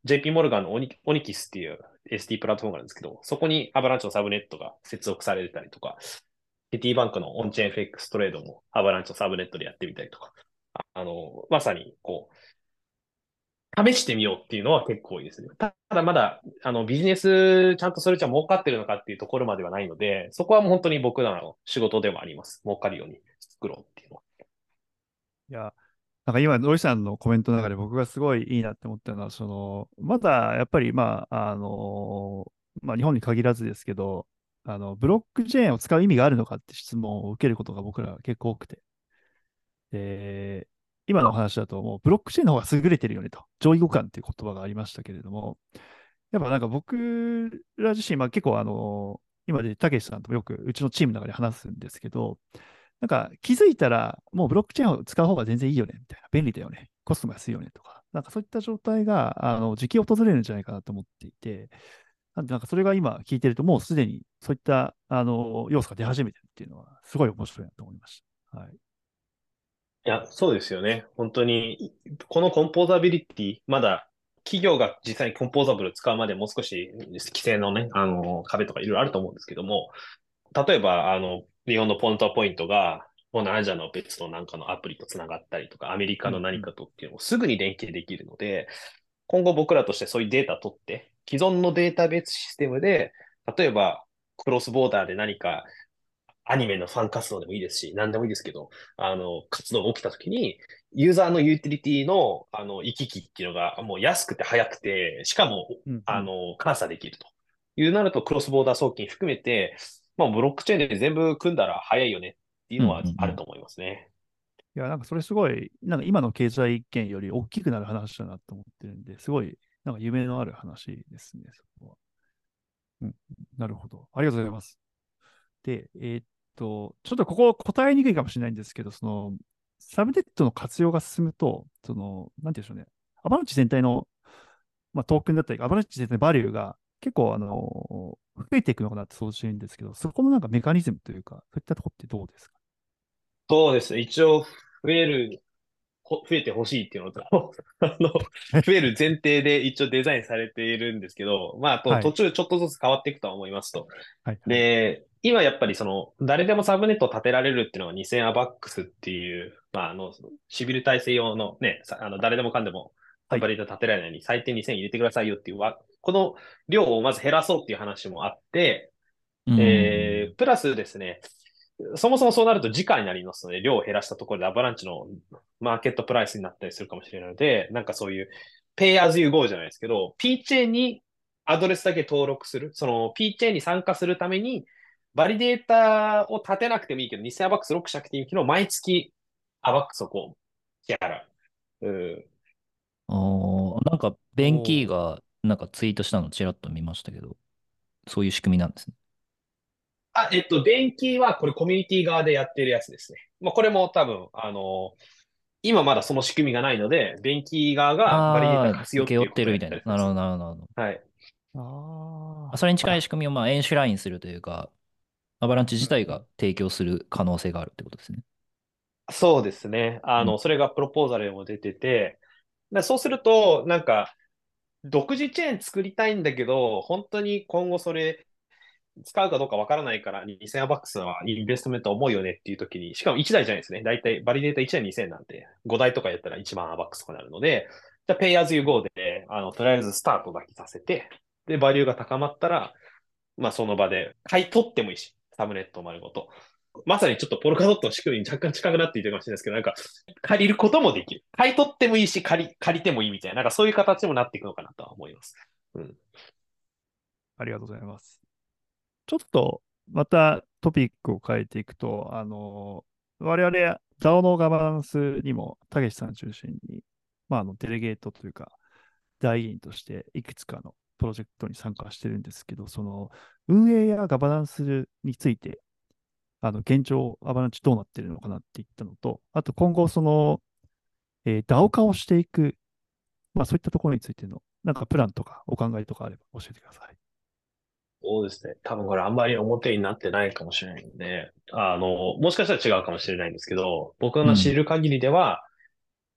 ジェイピー モルガンのオニ、オニキスっていう エスティー プラットフォームがあるんですけど、そこにアバランチのサブネットが接続されてたりとか、シティバンクのオンチェーン エフエックス トレードもアバランチのサブネットでやってみたりとか、あの、まさにこう、試してみようっていうのは結構多いですね。ただまだ、あの、ビジネスちゃんとそれじゃ儲かってるのかっていうところまではないので、そこはもう本当に僕らの仕事でもあります。儲かるように作ろうっていうのは。 いや、なんか今、ロイさんのコメントの中で僕がすごいいいなって思ったのは、その、まだやっぱり、まあ、あの、まあ、日本に限らずですけど、あの、ブロックチェーンを使う意味があるのかって質問を受けることが僕らは結構多くて。で、今のお話だと、もうブロックチェーンの方が優れてるよねと、上位互換っていう言葉がありましたけれども、やっぱなんか僕ら自身、まあ結構あの、今でたけしさんとよくうちのチームの中で話すんですけど、なんか気づいたら、もうブロックチェーンを使う方が全然いいよね、みたいな。便利だよね。コストも安いよね、とか。なんかそういった状態が、あの、時期訪れるんじゃないかなと思っていて、なんでなんかそれが今聞いてると、もうすでにそういった、あの、要素が出始めてるっていうのは、すごい面白いなと思いました。はい。 いや、そうですよね。本当に、このコンポーザビリティ、まだ企業が実際にコンポーザブルを使うまでもう少し規制のね、あの、壁とかいろいろあると思うんですけども、例えば、あの、日本のポイントポイントが、このアジアの別のなんかのアプリとつながったりとか、アメリカの何うんうん。 かとっていうのをすぐに連携できるので、今後僕らとしてそういうデータ取って、既存のデータベースシステムで、例えば、クロスボーダーで何かアニメのファン活動でもいいですし、何でもいいですけど、あの、活動が起きたときに、ユーザーのユーティリティの、あの、行き来っていうのがもう安くて早くて、しかも、 うんうん。 あの、監査できるというなると、クロスボーダー送金含めて、まあ、ブロックチェーンで全部組んだら早いよねっていううんのはうんうん。 あると思いますね。 いや、なんかそれすごい、なんか今の経済圏より大きくなる話だなと思ってるんで、すごい、なんか夢のある話ですね、そこは。うん、なるほど。ありがとうございます。で、えーっと、ちょっとここ答えにくいかもしれないんですけど、その、サブネットの活用が進むと、その、なんていうんでしょうね。アバランチ全体の、まあ、トークンだったり、アバランチ全体のバリューが結構、あの、増えていくのかなって想像してるんですけど、そこのなんかメカニズムというか、そういったところってどうですか？ そうですね。一応、増えるほ増えてほしいっていうのと、あの、増える前提で一応デザインされているんですけど、まあ、あとはい。 途中ちょっとずつ変わっていくとは思いますと。 はい。はい。 で、今やっぱりその、誰でもサブネットを立てられるっていうのはにせんアバックスっていう、まあ、あの、シビル体制用のね、さあの、誰でもかんでもサはい。 ブネット立てられるように最低にせん入れてくださいよっていうわ、この量をまず減らそうっていう話もあって、 うん。 えー、プラスですね、そもそもそうなると時価になりますので、量を減らしたところでアバランチのマーケットプライスになったりするかもしれないので、なんかそういう Pay as you go じゃないですけど、P チェーンにアドレスだけ登録する、その P チェーンに参加するために、バリデータを立てなくてもいいけど、にせんアバックスロックしなくていいけど、毎月アバックスをこう、支払う。うんあーなんか、ベンキーおー。 がなんかツイートしたのちらっと見ましたけど、そういう仕組みなんですね。 あ、えっと、電気はこれコミュニティ側でやってるやつですね。まあ、これも多分、あの、今まだその仕組みがないので、電気側がバリデータああ、 貸すよって請け負いうことをやっってるみたいな。なるほど、 たりするんですね。 なるほど。なるほど。 はい。 ああそれに近いあ。あ、 仕組みをまあエンシュラインするというか、アバランチ自体がうんうん。 提供する可能性があるってことですね。 そうですね。あうん。 の、それがプロポーザルでも出てて、でそうすると、なんか、独自チェーン作りたいんだけど、本当に今後それ使うかどうかわからないからにせんアバックスはインベストメント重いよねっていう時に、しかもいちだいじゃないですね。だいたいバリデータいちだいにせんなんで、ごだいとかやったらいちまんアバックスとかになるので、じゃあ Pay as you go で、あの、とりあえずスタートだけさせて、で、バリューが高まったら、まあその場で買い取ってもいいし、サブネット丸ごと。まさにちょっとポルカドットの仕組みに若干近くなっているかもしれないですけど、なんか、借りることもできる。買い取ってもいいし、借り、借りてもいいみたいな、なんかそういう形にもなっていくのかなとは思います。うん。 ありがとうございます。ちょっとまたトピックを変えていくと、あの、我々 ダオ のガバナンスにも、たけしさん中心に、まあ、あの、デレゲートというか、代議員としていくつかのプロジェクトに参加してるんですけど、その運営やガバナンスについて、あの、現状、アバランチどうなってるのかなっていったのと、あと今後、その、えー、ダオ 化をしていく、まあそういったところについての、なんかプランとかお考えとかあれば教えてください。 そうですね。多分これあんまり表になってないかもしれないので、あの、もしかしたら違うかもしれないんですけど、僕の知うん。 る限りでは、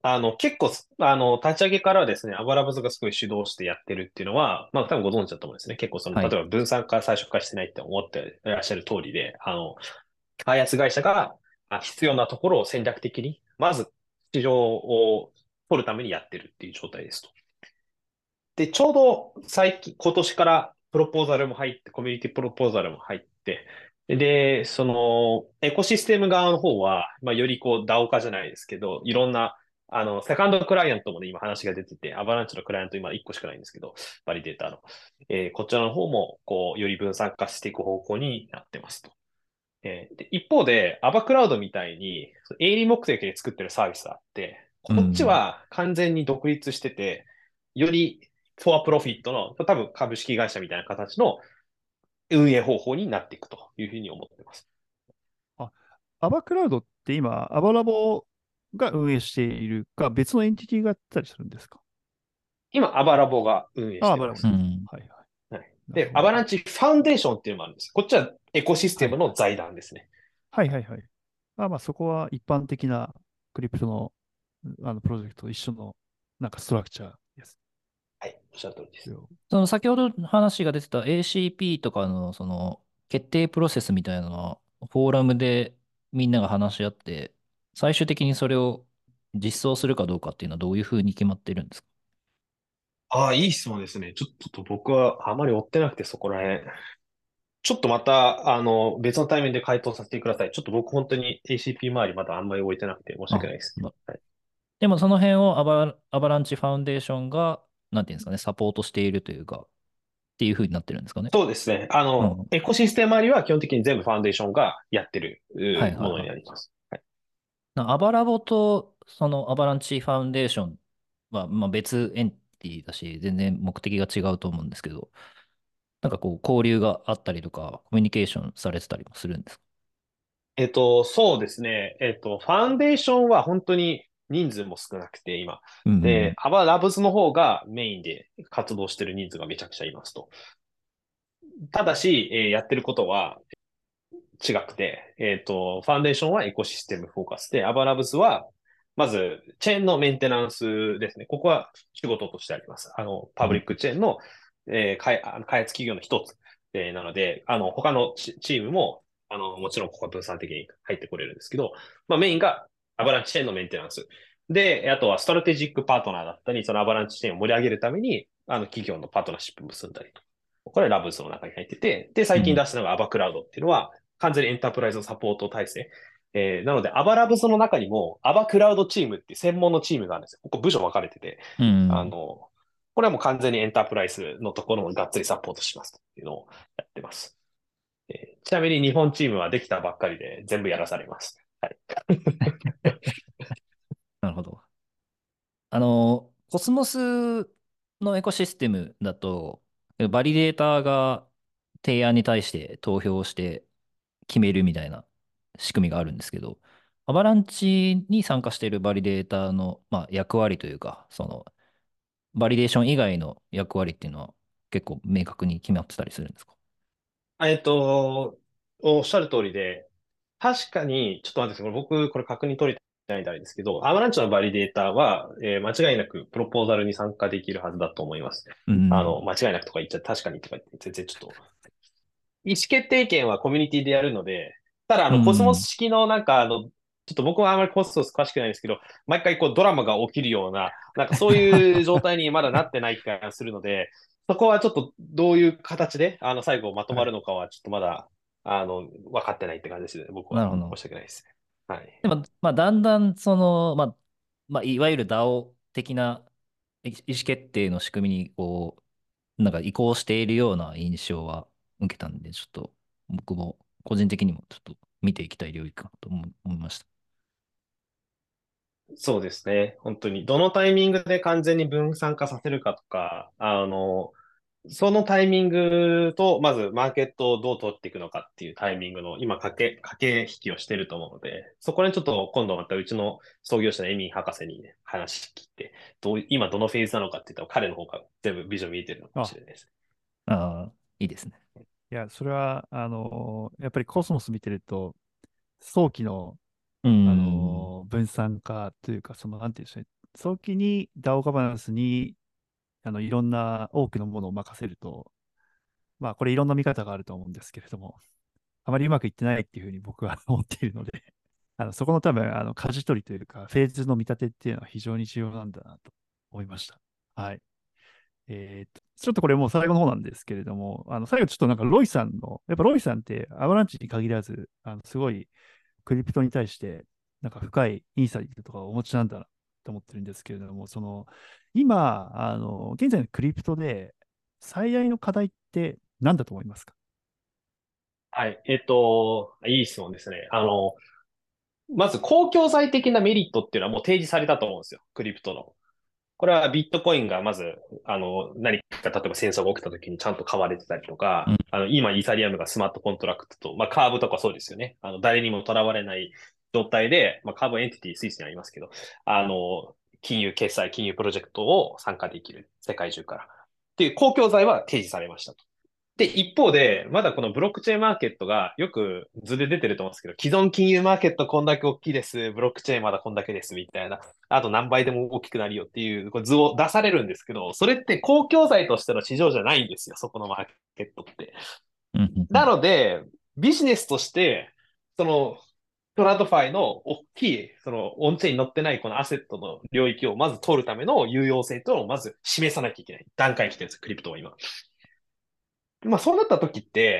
あの、結構、あの、立ち上げからですね、アバラブズがすごい主導してやってるっていうのは、まあ多分ご存知だと思うんですね。結構その、 はい。 例えば分散化最初からしてないって思っていらっしゃる通りで、あの、開発会社があ必要なところを戦略的に、まず市場を取るためにやってるっていう状態ですと。で、ちょうど最近、今年からプロポーザルも入って、コミュニティプロポーザルも入って、で、その、エコシステム側の方は、まあ、よりこう、ダオ 化じゃないですけど、いろんな、あの、セカンドクライアントもね、今話が出てて、アバランチのクライアント今いっこしかないんですけど、バリデータの。えーこちらの方も、こう、より分散化していく方向になってますと。えーで、一方で、アバクラウドみたいに、営利目的で作ってるサービスがあって、こっちうん。 は完全に独立してて、よりフォアプロフィットの、多分株式会社みたいな形の運営方法になっていくというふうに思ってます。 あ、アバクラウドって今、アバラボが運営しているか、別のエンティティがあったりするんですか？ 今、アバラボが運営あ、 してます。 アバラボです。 うん。 はいはい。 はい。で、 なるほど。 アバランチファウンデーションっていうのもあるんです。こっちはエコシステはいはい。 ムの財団ですね。 はいはいはい。あ、まあそこは一般的なクリプトの、あのプロジェクトと一緒のなんかストラクチャーです。 はい。おっしゃる通りです。 よその先ほど話が出てた エーシーピー とかのその決定プロセスみたいなのは、フォーラムでみんなが話し合って、最終的にそれを実装するかどうかっていうのはどういうふうに決まってるんですか？ ああ、いい質問ですね。ちょっと僕はあまり追ってなくて、そこら辺。ちょっとまた、あの、別のタイミングで回答させてください。ちょっと僕本当に エーシーピー 周りまだあんまり置いてなくて申し訳あ、 ないです。 まはい。 でもその辺をアバ、アバランチファウンデーションが、なんていうんですかね、サポートしているというか、っていうふうになってるんですかね。 そうですね。あの、 うん。 エコシステム周りは基本的に全部ファウンデーションがやってるうものにはいはいはい。 なります。はい。 なアバラボとそのアバランチファウンデーションは、まあ、別エンティだし、全然目的が違うと思うんですけど、なんかこう、交流があったりとか、コミュニケーションされてたりもするんですか？ えっと、そうですね。えっと、ファウンデーションは本当に人数も少なくて、今。 うんうんうで、 ん。 アバラブズの方がメインで活動してる人数がめちゃくちゃいますと。ただし、えーやってることは違くて、えっと、ファウンデーションはエコシステムフォーカスで、アバラブズは、まず、チェーンのメンテナンスですね。ここは仕事としてあります。あの、パブリックチェーンの、えー開あの開発企業の一つ、えーなので、あの、他のチ、チームも、あの、もちろんここは分散的に入ってこれるんですけど、まあメインがアバランチチェーンのメンテナンス。で、あとはストラテジックパートナーだったり、そのアバランチチェーンを盛り上げるために、あの、企業のパートナーシップを結んだりと。これはラブズの中に入ってて、で、最近うん。 出したのがアバクラウドっていうのは、完全にエンタープライズのサポート体制。えーなので、アバラブズの中にも、アバクラウドチームっていう専門のチームがあるんですよ。ここ部署分かれてて、 うん。 あの、これはもう完全にエンタープライズのところをがっつりサポートしますっていうのをやってます。えーちなみに日本チームはできたばっかりで全部やらされます。はい。 なるほど。あの、コスモスのエコシステムだと、バリデータが提案に対して投票して決めるみたいな仕組みがあるんですけど、アバランチに参加しているバリデータの、まあ、役割というか、その、バリデーション以外の役割っていうのは結構明確に決まってたりするんですか？ えっと、おっしゃる通りで、確かに、ちょっと待ってください。僕、これ確認取れてないんであれですけど、アバランチのバリデータは、えー間違いなくプロポーザルに参加できるはずだと思います。 うん。 あの、間違いなくとか言っちゃ確かにとか言って、全然ちょっと、意思決定権はコミュニティでやるので、ただ、あうの、コスモスん。 式のなんか、あの、ちょっと僕はあまりコスモス詳しくないんですけど、毎回こうドラマが起きるような、なんかそういう状態にまだなってない気がするので、そこはちょっとどういう形で、あの、最後まとはい。 まるのかはちょっとまだ、あの、分かってないって感じですね。僕は。 なるほど。 申し訳ないです。はい。 でも、まあ、だんだん、その、まあ、まあ、いわゆる ダオ 的な意思決定の仕組みに、こう、なんか移行しているような印象は受けたんで、ちょっと、僕も個人的にもちょっと見ていきたい領域かなと思思いました。 そうですね。本当に。どのタイミングで完全に分散化させるかとか、あの、そのタイミングと、まずマーケットをどう取っていくのかっていうタイミングの、今、駆け、駆け引きをしてると思うので、そこにちょっと今度またうちの創業者のエミン博士にね、話聞いて、どう、今どのフェーズなのかって言ったら彼の方が全部ビジョン見えてるのかもしあ、 れないですね。 ああ、いいですね。 いや、それは、あのーやっぱりコスモス見てると、早期の、 うあん。 のー分散化というか、その、なんていうんでしょうね。 早期に ダオ ガバナンスにあのいろんな多くのものを任せると、まあこれいろんな見方があると思うんですけれども、あまりうまくいってないっていうふうに僕は思っているので、あのそこの多分、あの舵取りというか、フェーズの見立てっていうのは非常に重要なんだなと思いました。はい。えーっと、ちょっとこれもう最後の方なんですけれども、あの最後ちょっとなんかロイさんの、やっぱロイさんってアバランチに限らず、あのすごいクリプトに対してなんか深いインサイトとかをお持ちなんだなと思ってるんですけれども、その今、あの現在のクリプトで最大の課題って何だと思いますか？ はい。えっと、いい質問ですね。あの、まず公共財的なメリットっていうのはもう提示されたと思うんですよ。クリプトの。これはビットコインがまず、あの、何か例えば戦争が起きた時にちゃんと買われてたりとか、 うん。 あの、今イーサリアムがスマートコントラクトと、まあカーブとかそうですよね。あの、誰にも囚われない状態で、まあカーブエンティティスイスにありますけど、あの、金融決済、金融プロジェクトを参加できる。世界中から。っていう公共財は提示されましたと。で、一方で、まだこのブロックチェーンマーケットがよく図で出てると思うんですけど、既存金融マーケットこんだけ大きいです。ブロックチェーンまだこんだけです。みたいな。あと何倍でも大きくなるよっていうこう図を出されるんですけど、それって公共財としての市場じゃないんですよ。そこのマーケットって。 うんうんうなん。 ので、ビジネスとして、その、トラッドファイの大きい、その、オンチェーンに乗ってないこのアセットの領域をまず取るための有用性というのをまず示さなきゃいけない段階に来てるんですよ、クリプトは今。まあそうなった時って、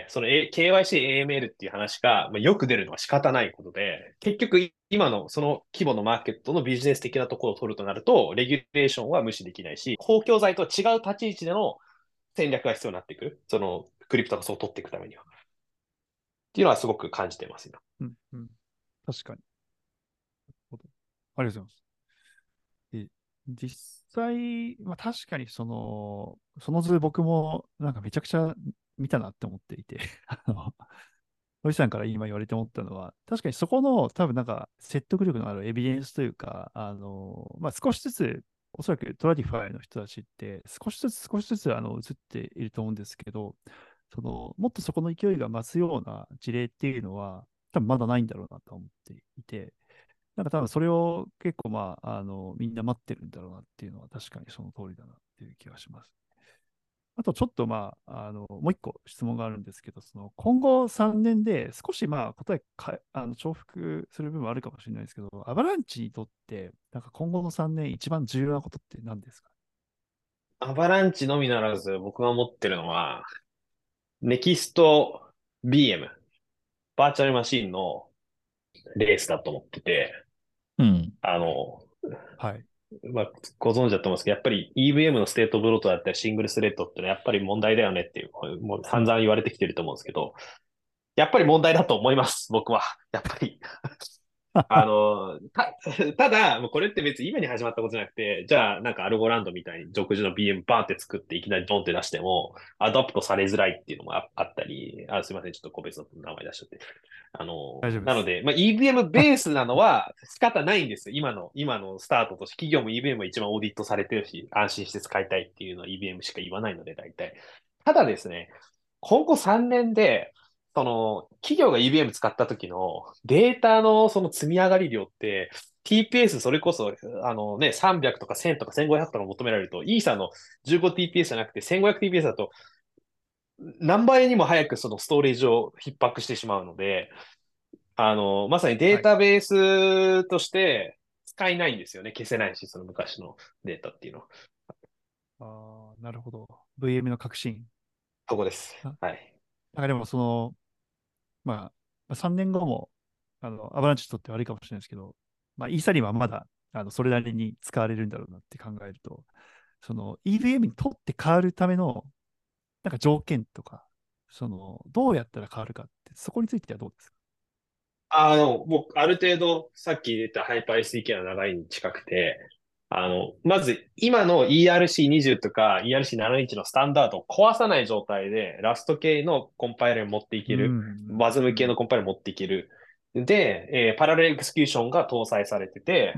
その A- ケーワイシー、エーエムエル っていう話が、まあ、よく出るのは仕方ないことで、結局今のその規模のマーケットのビジネス的なところを取るとなると、レギュレーションは無視できないし、公共財とは違う立ち位置での戦略が必要になってくる。そのクリプトがそう取っていくためには。っていうのはすごく感じています、今。 うんうん、確かに。ありがとうございます。で実際、まあ、確かにその、その図僕もなんかめちゃくちゃ見たなって思っていて、あの、ロイさんから今言われて思ったのは、確かにそこの多分なんか説得力のあるエビデンスというか、あの、まあ、少しずつ、おそらくトラディファイの人たちって少しずつ少しずつあの映っていると思うんですけど、その、もっとそこの勢いが増すような事例っていうのは、多分まだないんだろうなと思っていて、なんか多分それを結構まあ、あの、みんな待ってるんだろうなっていうのは確かにその通りだなっていう気がします。あとちょっとまあ、あの、もう一個質問があるんですけど、その今後さんねんで少しまあ答えかあの重複する部分はあるかもしれないですけど、アバランチにとって、なんか今後のさんねん一番重要なことって何ですか？ アバランチのみならず僕が思ってるのは、ネキスト ビーエム、バーチャルマシンのレースだと思ってて、 うん。 あの、 はい。 まあ、ご存知だと思うんですけど、やっぱり イーブイエム のステートブロートだったりシングルスレッドってのはやっぱり問題だよねっていう、もう散うん。 々言われてきてると思うんですけど、やっぱり問題だと思います、僕は。やっぱり。あの、た、ただ、もうこれって別に今に始まったことじゃなくて、じゃあなんかアルゴランドみたいに独自の ビーエム バーンって作っていきなりドンって出しても、アドプトされづらいっていうのもあ、あったり、あ、すいません、ちょっと個別の名前出しちゃって。あの、 大丈夫です。 なので、まあ、イーブイエム ベースなのは仕方ないんですよ。今の、今のスタートとして、企業も イーブイエム が一番オーディットされてるし、安心して使いたいっていうのは イーブイエム しか言わないので、大体。ただですね、今後さんねんで、その、企業が イーブイエム 使った時のデータのその積み上がり量って、ティーピーエス それこそ、あのね、さんびゃくとかせんとかせんごひゃくとか求められると、イーサの じゅうごティーピーエス じゃなくて せんごひゃくティーピーエス だと、何倍にも早くそのストレージを逼迫してしまうので、あの、まさにデはい。 ータベースとして使えないんですよね。消せないし、その昔のデータっていうのは。 ああ、なるほど。ブイエム の革新。 そこです。 なはい。 なんかでもその、まあ、まあさんねんごも、あの、アバランチにとって悪いかもしれないですけど、まあ、イーサリアムはまだ、あの、それなりに使われるんだろうなって考えると、その イーブイエム にとって変わるための、なんか条件とか、その、どうやったら変わるかって、そこについてはどうですか？ あの、もう、ある程度、さっき言ったハイパー エスディーケー の流れに近くて、あの、まず、今の イーアールシーにじゅう とか イーアールシーななじゅういち のスタンダードを壊さない状態で、ラスト系のコンパイラーに持っていける、 うん、 ワズムうん。 系のコンパイラーに持っていける。で、えーパラレルエクスキューションが搭載されてて、 うん。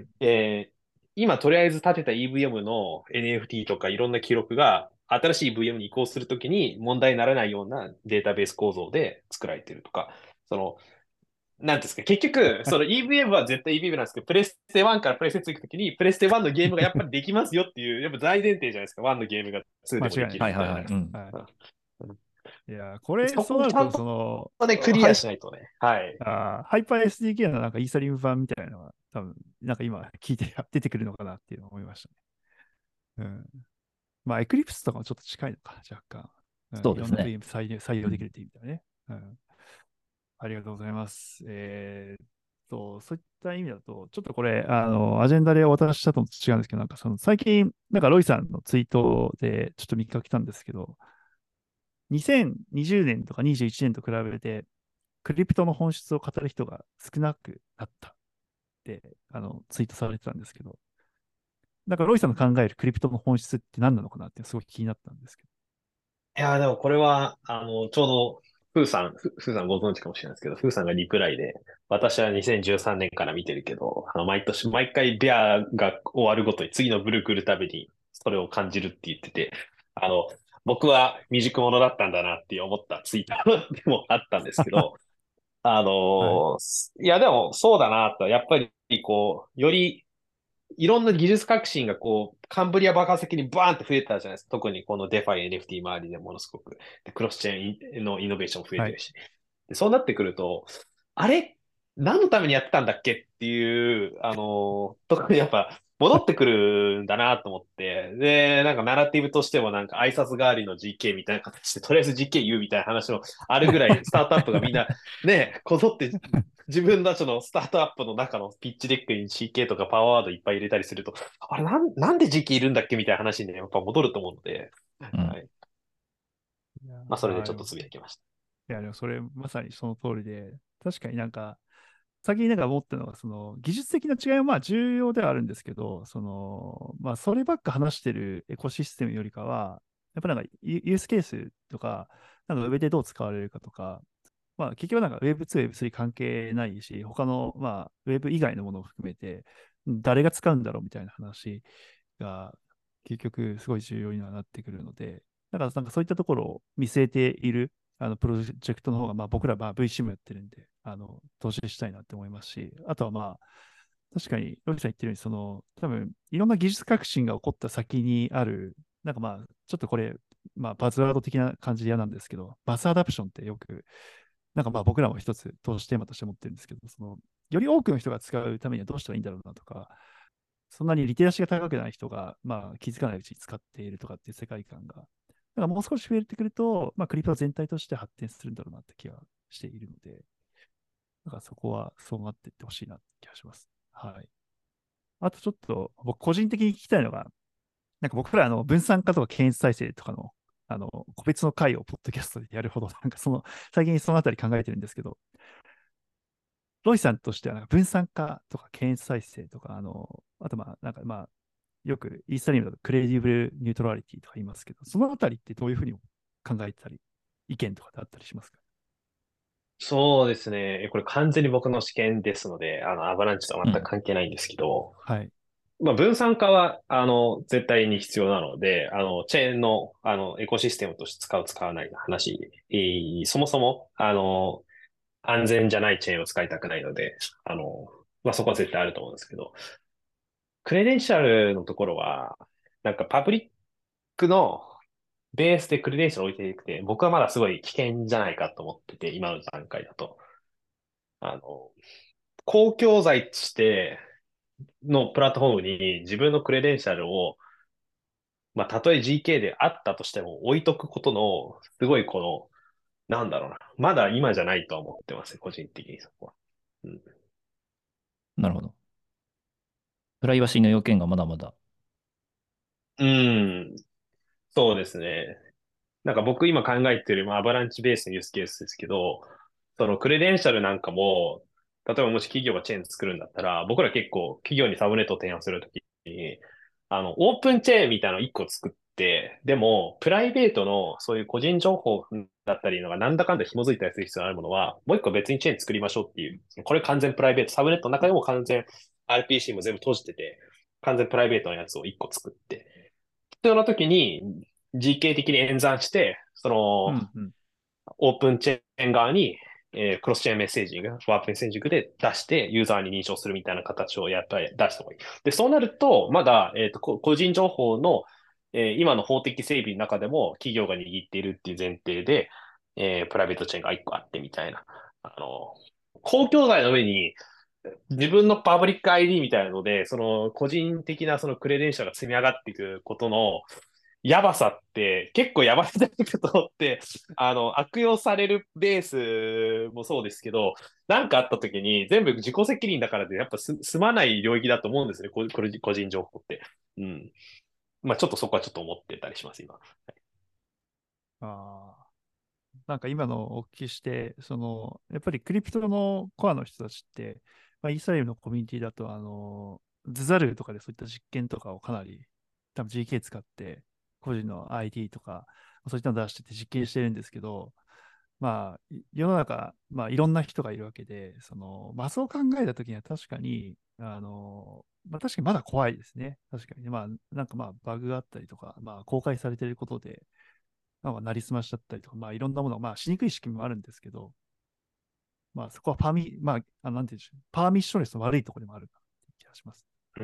はいはい。 えー今とりあえず立てた イーブイエム の エヌエフティー とかいろんな記録が新しい イーブイエム に移行するときに問題にならないようなデータベース構造で作られているとか、そのなんですか、結局、その イーブイエム は絶対 イーブイエム なんですけど、プレステワンからプレステツー行くときに、プレステワンのゲームがやっぱりできますよっていう、やっぱ大前提じゃないですか。ワンのゲームがツーでもで間違いないです。 きるみたいな。 はいはいはい。うん。 はい。 うんいや、これ、 そそうなると、 こをちゃんとその、 ね、クリアハイ、 しないとね。はい。 あーハイパー エスディーケー のなんかイーサリウム版みたいなのが、多分、なんか今聞いて出てくるのかなっていうのを思いましたね。うん。まあ、エクリプスとかもちょっと近いのか、若干。うん、いろんなそうですね。 ブイエム 採用採用できるっていう意味だね。うん。ありがとうございます。えーっと、そういった意味だと、ちょっとこれ、あの、アジェンダでお渡ししたのと違うんですけど、なんかその、最近、なんかロイさんのツイートでちょっと見かけたんですけど、にせんにじゅうねんとかにじゅういちねんと比べて、クリプトの本質を語る人が少なくなったって、あの、ツイートされてたんですけど、なんかロイさんの考えるクリプトの本質って何なのかなってすごい気になったんですけいやー、でもこれは、あの、ちょうど、フーさん、フフーさんご存知かもしれないですけど、フーさんがリプライで、私はにせんじゅうさんねんから見てるけど、あの、毎年、毎回ベアが終わるごとに次のブル来るたびに、それを感じるって言ってて、あの、僕は未熟者だったんだなって思ったツイートでもあったんですけど、あのど。はい。 ーいや、でもそうだなと、やっぱり、こう、よりいろんな技術革新がこう、カンブリア爆発的にバーンって増えたじゃないですか。特にこのデファイ エヌエフティー 周りでものすごく。で、クロスチェーンのイノベーションも増えはい。 てるし。で、そうなってくると、あれ何のためにやってたんだっけっていう、あのーところにやっぱ戻ってくるんだなと思って。で、なんかナラティブとしてもなんか挨拶代わりの ジーケー みたいな形で、とりあえず ジーケー 言うみたいな話もあるぐらい、スタートアップがみんなね、こぞって自分たちのスタートアップの中のピッチデックに シーケー とかパワーワードいっぱい入れたりすると、あれなん、なんで ジーケー いるんだっけみたいな話にね、やっぱ戻ると思うので、 うん。 はい。 いやまあ、それー、でも、 でちょっとつぶやきました。 いや、でもそれまさにその通りで、確かになんか、先になんか思ったのは、その技術的な違いはまあ重要ではあるんですけど、その、まあそればっか話してるエコシステムよりかは、やっぱなんかユユースケースとか、なんか Web でどう使われるかとか、まあ結局なんか ウェブツー、ウェブスリー 関係ないし、他のまあ Web 以外のものを含めて、誰が使うんだろうみたいな話が結局すごい重要にはなってくるので、だからなんかそういったところを見据えているあのプロジェクトの方が、まあ、僕らは ブイシー もやってるんで、あの投資したいなって思いますし、あとはまあ、確かに、ロビさん言ってるように、その、多分いろんな技術革新が起こった先にある、なんかまあ、ちょっとこれ、まあ、バズワード的な感じで嫌なんですけど、バズアダプションってよく、なんかまあ僕らも一つ投資テーマとして持ってるんですけど、その、より多くの人が使うためにはどうしたらいいんだろうなとか、そんなにリテラシーが高くない人が、まあ、気づかないうちに使っているとかっていう世界観が、だからもう少し増えてくると、まあ、クリプト全体として発展するんだろうなって気はしているので、だからそこはそうなっていってほしいなって気がします。はい。あとちょっと、僕個人的に聞きたいのが、なんか僕らあの分散化とか検閲体制とかの、あの、個別の回をポッドキャストでやるほど、なんかその、最近そのあたり考えてるんですけど、ロイさんとしてはなんか分散化とか検閲体制とか、あの、あとまあ、なんかまあ、よくイーサリアムだとクレディブルニュートラリティとか言いますけど、そのあたりってどういうふうに考えてたり、意見とかってあったりしますか？ そうですね。これ完全に僕の試験ですので、あの、アバランチとは全くうん。 関係ないんですけど、 はい。 まあ、分散化は、あの、絶対に必要なので、あの、チェーンの、あの、エコシステムとして使う、使わないの話、えーそもそも、あの、安全じゃないチェーンを使いたくないので、あの、まあ、そこは絶対あると思うんですけど、クレデンシャルのところは、なんかパブリックのベースでクレデンシャルを置いていくて、僕はまだすごい危険じゃないかと思ってて、今の段階だと。あの、公共財としてのプラットフォームに自分のクレデンシャルを、まあ、たとえ ジーケー であったとしても置いとくことの、すごいこの、なんだろうな。まだ今じゃないとは思ってますね、個人的にそこは。うん。 なるほど。プライバシーの要件がまだまだ。 うんそうですね。なんか僕今考えてる、まあ、アバランチベースのユースケースですけど、そのクレデンシャルなんかも、例えばもし企業がチェーン作るんだったら、僕ら結構企業にサブネットを提案するときに、あの、オープンチェーンみたいなのを一個作って、でも、プライベートのそういう個人情報だったりのがなんだかんだ紐づいたりする必要があるものは、もう一個別にチェーン作りましょうっていう、これ完全プライベート、サブネットの中でも完全 アールピーシー も全部閉じてて、完全プライベートのやつを一個作って、必要な時に ジーケー 的に演算して、その、 うんうん。 オープンチェーン側にえークロスチェーンメッセージング、ワープメッセージングで出して、ユーザーに認証するみたいな形をやっぱり出した方がいい。で、そうなると、まだ、えっと、こ個人情報の、えー今の法的整備の中でも企業が握っているっていう前提で、えープライベートチェーンがいっこあってみたいな。あの、公共財の上に自分のパブリック アイディー みたいなので、その個人的なそのクレデンシャルが積み上がっていくことのやばさって結構やばいんじゃないかと思って、あの、悪用されるベースもそうですけど、なんかあった時に全部自己責任だからでやっぱす済まない領域だと思うんですね、ここれ個人情報って。うん。まあちょっとそこはちょっと思ってたりします、今。 ああ。なんか今のお聞きして、その、やっぱりクリプトのコアの人たちって、まあ、イーサリアムのコミュニティだと、あの、ズザルとかでそういった実験とかをかなり、多分 ジーケー 使って、個人の アイディー とか、そういったの出してて実験してるんですけど、まあ、い世の中、まあ、いろんな人がいるわけで、その、まあ、そう考えたときには確かに、あの、まあ、確かにまだ怖いですね。確かにね。まあ、なんかまあ、バグがあったりとか、まあ、公開されていることで、なんかなりすましちゃったりとか、まあいろんなもの、まあしにくい仕組みもあるんですけど、まあそこはパーミ、まあ、あなんていうんでしょう、パーミッションレスの悪いところでもあるなって気がします。 うん。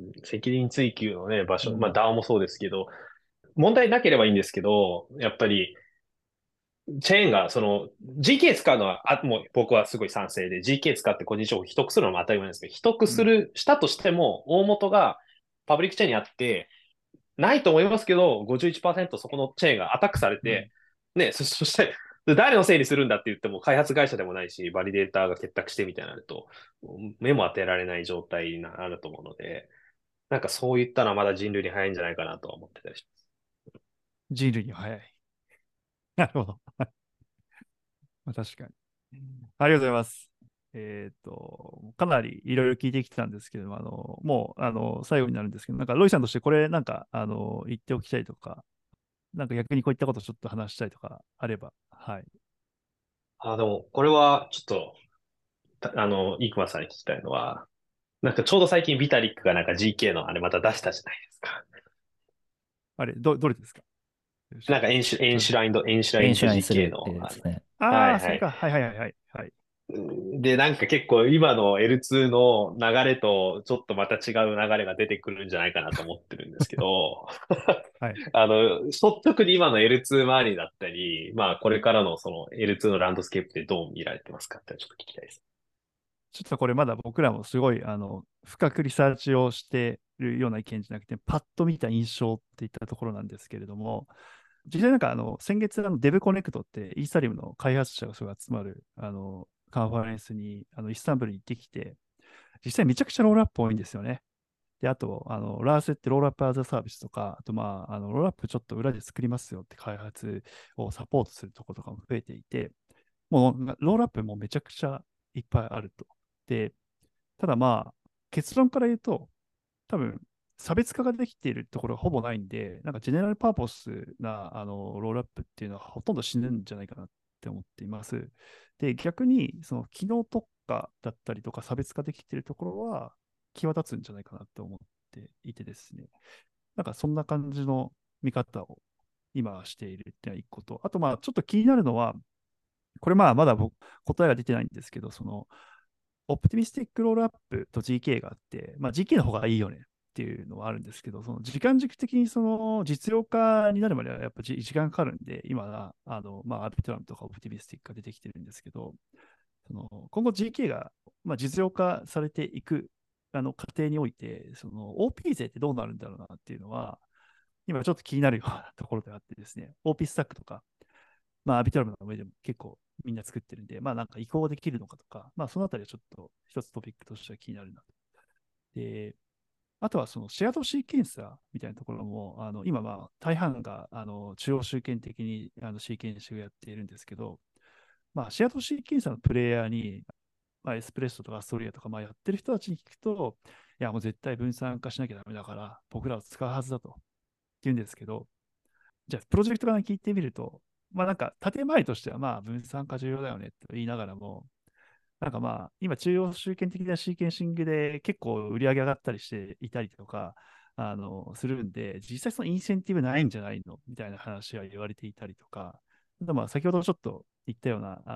責任追及のね、場所、まあうん。 ダオ もそうですけど、問題なければいいんですけど、やっぱり、チェーンが、その、ジーケー 使うのは、あ、もう僕はすごい賛成で、ジーケー 使って個人情報を秘匿するのも当たり前なんですけど、秘匿うん。 する、したとしても、大元がパブリックチェーンにあって、ないと思いますけど、ごじゅういちパーセントそこのチェーンがアタックされうん。 て、ね、そ、そして、誰のせいにするんだって言っても、開発会社でもないし、バリデーターが結託してみたいになると、目も当てられない状態になると思うので、なんかそういったのはまだ人類に早いんじゃないかなとは思ってたりします。 人類には早い。なるほど。まあ、確かに。ありがとうございます。えっと、かなりいろいろ聞いてきてたんですけども、あの、もう、あの、最後になるんですけど、なんか、ロイさんとしてこれ、なんか、あの、言っておきたいとか、なんか逆にこういったことをちょっと話したいとかあれば、はい。 あ、でも、これはちょっと、たあの、イークマさんに聞きたいのは、なんかちょうど最近ビタリックがなんか ジーケー のあれまた出したじゃないですか。 あれ、ど、どれですか？ なんかエンシュ、エンシュラインド、エンシュライ練ンド習ラインすジーケーるっての、あの、 ですね。 ああー、 はいはい。 それか。はいはいはいはい。はい。 で、なんか結構今の エルツー の流れとちょっとまた違う流れが出てくるんじゃないかなと思ってるんですけど、 はい。 あの、率直に今の エルツー 周りだったり、まあこれからのその エルツー のランドスケープでどう見られてますかってちょっと聞きたいです。 ちょっとこれまだ僕らもすごいあの深くリサーチをしているような意見じゃなくて、パッと見た印象っていったところなんですけれども、実際なんかあの先月あのデブコネクトってイーサリウムの開発者がすごい集まるあのカンファレンスにあのイスタンブールに行ってきて、実際めちゃくちゃロールアップ多いんですよね。で、あと、あの、ラーセってロールアップアザサービスとか、あと、まあ、あの、ロールアップちょっと裏で作りますよって開発をサポートするところとかも増えていて、もう、ロールアップもめちゃくちゃいっぱいあると。で、ただまあ、結論から言うと、多分、差別化ができているところがほぼないんで、なんかジェネラルパーポスなあのロールアップっていうのはほとんど死ぬんじゃないかなって思っています。で、逆に、その機能特化だったりとか差別化できているところは際立つんじゃないかなって思っていてですね。なんかそんな感じの見方を今しているっていうのは一個と、あとまあちょっと気になるのは、これまあまだ僕答えが出てないんですけど、そのオプティミスティックロールアップと ジーケー があって、まあ、ジーケー の方がいいよねっていうのはあるんですけど、その時間軸的にその実用化になるまではやっぱ時間かかるんで、今、あの、まあ、アビトラムとかオプティミスティックが出てきてるんですけど、その今後 ジーケー が、まあ、実用化されていくあの過程において、その オーピー 税ってどうなるんだろうなっていうのは、今ちょっと気になるようなところであってですね、オーピー スタックとか、まあ、アビトラムの上でも結構みんな作ってるんで、まあなんか移行できるのかとか、まあそのあたりはちょっと一つトピックとしては気になるなと。で、あとはそのシェアドシーケンサーみたいなところも、あの今まあ大半があの中央集権的にあのシーケンシングやっているんですけど、まあシェアドシーケンサーのプレイヤーに、まあ、エスプレッソとかアストリアとかまあやってる人たちに聞くと、いやもう絶対分散化しなきゃダメだから僕らは使うはずだと言うんですけど、じゃあ、プロジェクト側に聞いてみると、まあなんか、建前としてはまあ分散化重要だよねって言いながらも、なんかまあ、今、中央集権的なシーケンシングで結構売り上げ上がったりしていたりとか、あの、するんで、実際そのインセンティブないんじゃないのみたいな話は言われていたりとか、あとまあ、先ほどちょっと言ったような、あの、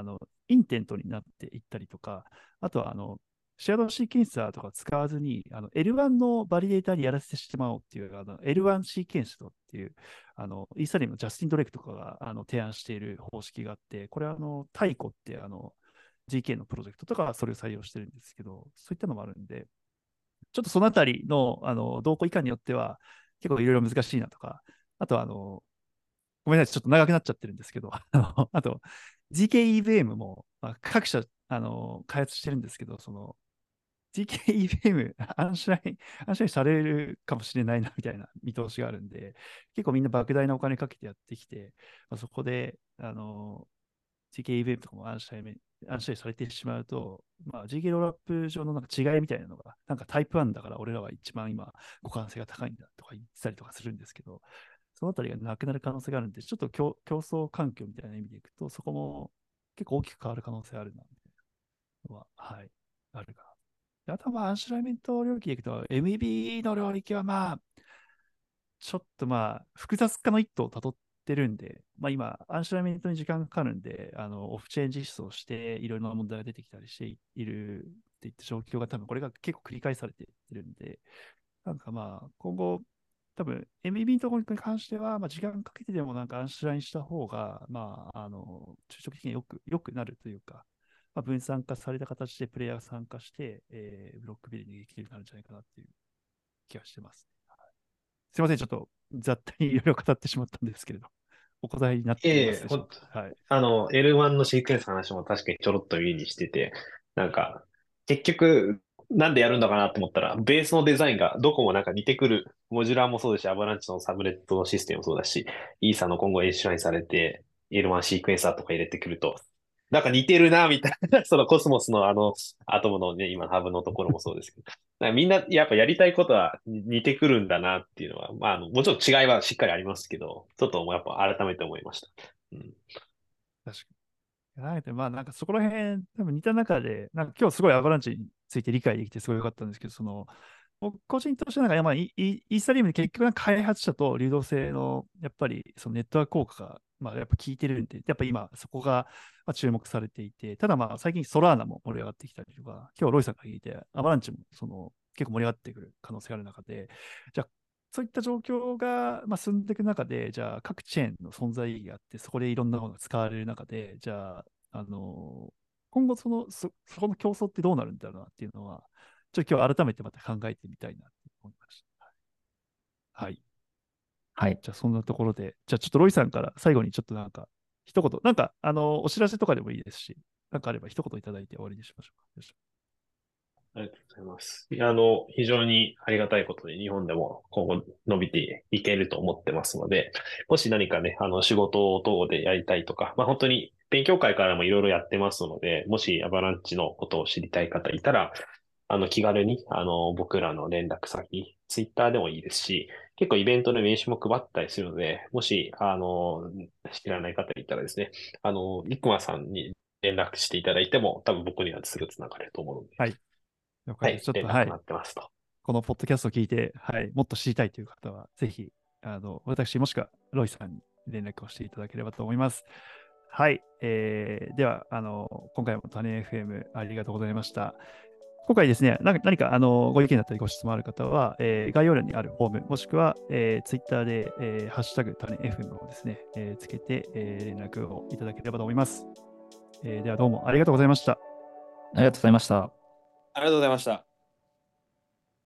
インテントになっていったりとか、あとはあのシェアドシーケンサーとか使わずに、あの エルワン のバリデータにやらせてしまおうっていう、あの エルワン シーケンストっていう、あのイーサリアムのジャスティン・ドレイクとかがあの提案している方式があって、これはあのタイコってあの ジーケー のプロジェクトとかはそれを採用してるんですけど、そういったのもあるんで、ちょっとそのあたりのあの動向いかんによっては、結構いろいろ難しいなとか、あとはあの、ごめんなさい、ちょっと長くなっちゃってるんですけど、あのあと、ジーケーイーブイエム も、まあ、各社あの開発してるんですけど、その ジーケーイーブイエム 暗視ライン、暗視ラインされるかもしれないなみたいな見通しがあるんで、結構みんな莫大なお金かけてやってきて、まあ、そこで、あの、ジーケーイーブイエム とかも暗視ライン、暗視ラインされてしまうと、まあ、ジーケー ロールアップ上のなんか違いみたいなのが、なんかタイプワンだから俺らは一番今互換性が高いんだとか言ってたりとかするんですけど、そのあたりがなくなる可能性があるんで、ちょっと競競争環境みたいな意味でいくと、そこも結構大きく変わる可能性あるな、みたいなのは、はい、あるかな。あとはまあ、アンシュライメント領域でいくと、エムイービー の領域はまあ、ちょっとまあ、複雑化の一途をたどってるんで、まあ今、アンシュライメントに時間がかかるんで、あの、オフチェーン実装して、いろいろな問題が出てきたりしているっていった状況が多分、これが結構繰り返されていってるんで、なんかまあ、今後、多分 エムイービー のところに関しては、まあ、時間かけてでもなんかアンシュラインした方が、まあ、あの、中長期的によく、よくなるというか、まあ、分散化された形でプレイヤーが参加して、えー、ブロックビルにできるようになるんじゃないかなっていう気がしてます。はい、すいません、ちょっと雑多にいろいろ語ってしまったんですけれど、お答えになっていまええ、 すでしょうほんと、 か。はい。 あの、エルワン のシークエンスの話も確かにちょろっと耳にしてて、なんか、結局、なんでやるんだかなと思ったら、ベースのデザインがどこもなんか似てくる。モジュラーもそうだし、アバランチのサブネットのシステムもそうだし、イーサの今後エンシュラインされて、エルワン シークエンサーとか入れてくると、なんか似てるな、みたいな。そのコスモスのあの、アトムのね、今のハブのところもそうですけど。なんかみんなやっぱやりたいことは似てくるんだなっていうのは、まあ、あの、もちろん違いはしっかりありますけど、ちょっともうやっぱ改めて思いました。うん。 確かに。なので、まあ、なんかそこら辺、多分似た中で、なんか今日すごいアバランチについて理解できてすごい良かったんですけど、その、僕個人としてなんか、まあ、イイイーサリアムで結局なんか開発者と流動性の、やっぱりそのネットワーク効果が、まあ、やっぱ効いてるんで、やっぱ今そこがまあ注目されていて、ただまあ最近ソラーナも盛り上がってきたりとか、今日ロイさんが聞いて、アバランチもその結構盛り上がってくる可能性がある中で、じゃあそういった状況が、まあ、進んでいく中で、じゃあ各チェーンの存在意義があって、そこでいろんなものが使われる中で、じゃあ、あの今後そのそ、そこの競争ってどうなるんだろうなっていうのは、ちょっと今日改めてまた考えてみたいなって思いました。はい。 はい。 じゃあそんなところで、じゃあちょっとロイさんから最後にちょっとなんか、一言、なんか、あの、お知らせとかでもいいですし、なんかあれば一言いただいて終わりにしましょうか。よいしょ。 ありがとうございます。いや、あの、非常にありがたいことで日本でも今後伸びていけると思ってますので、もし何かね、あの、仕事等でやりたいとか、まあ本当に勉強会からもいろいろやってますので、もしアバランチのことを知りたい方いたら、あの、気軽に、あの、僕らの連絡先、ツイッターでもいいですし、結構イベントで名刺も配ったりするので、もし、あの、知らない方いたらですね、あの、リクマさんに連絡していただいても、多分僕にはすぐつながれると思うので、 はい。了解です。 はい、 ちょっと、はい。 連絡待ってますと。 このポッドキャストを聞いて、はい、もっと知りたいという方は、ぜひ、あの、私もしくはロイさんに連絡をしていただければと思います。はい。えー、では、あの、今回も種 エフエム ありがとうございました。今回ですね、何か何かあのご意見だったりご質問ある方は、えー概要欄にあるフォーム、もしくは、えー、Twitter で、えーハッシュタグ種 エフエム をですね、えーつけて、えー連絡をいただければと思います。えーではどうもありがとうございました。 ありがとうございました。 ありがとうございました。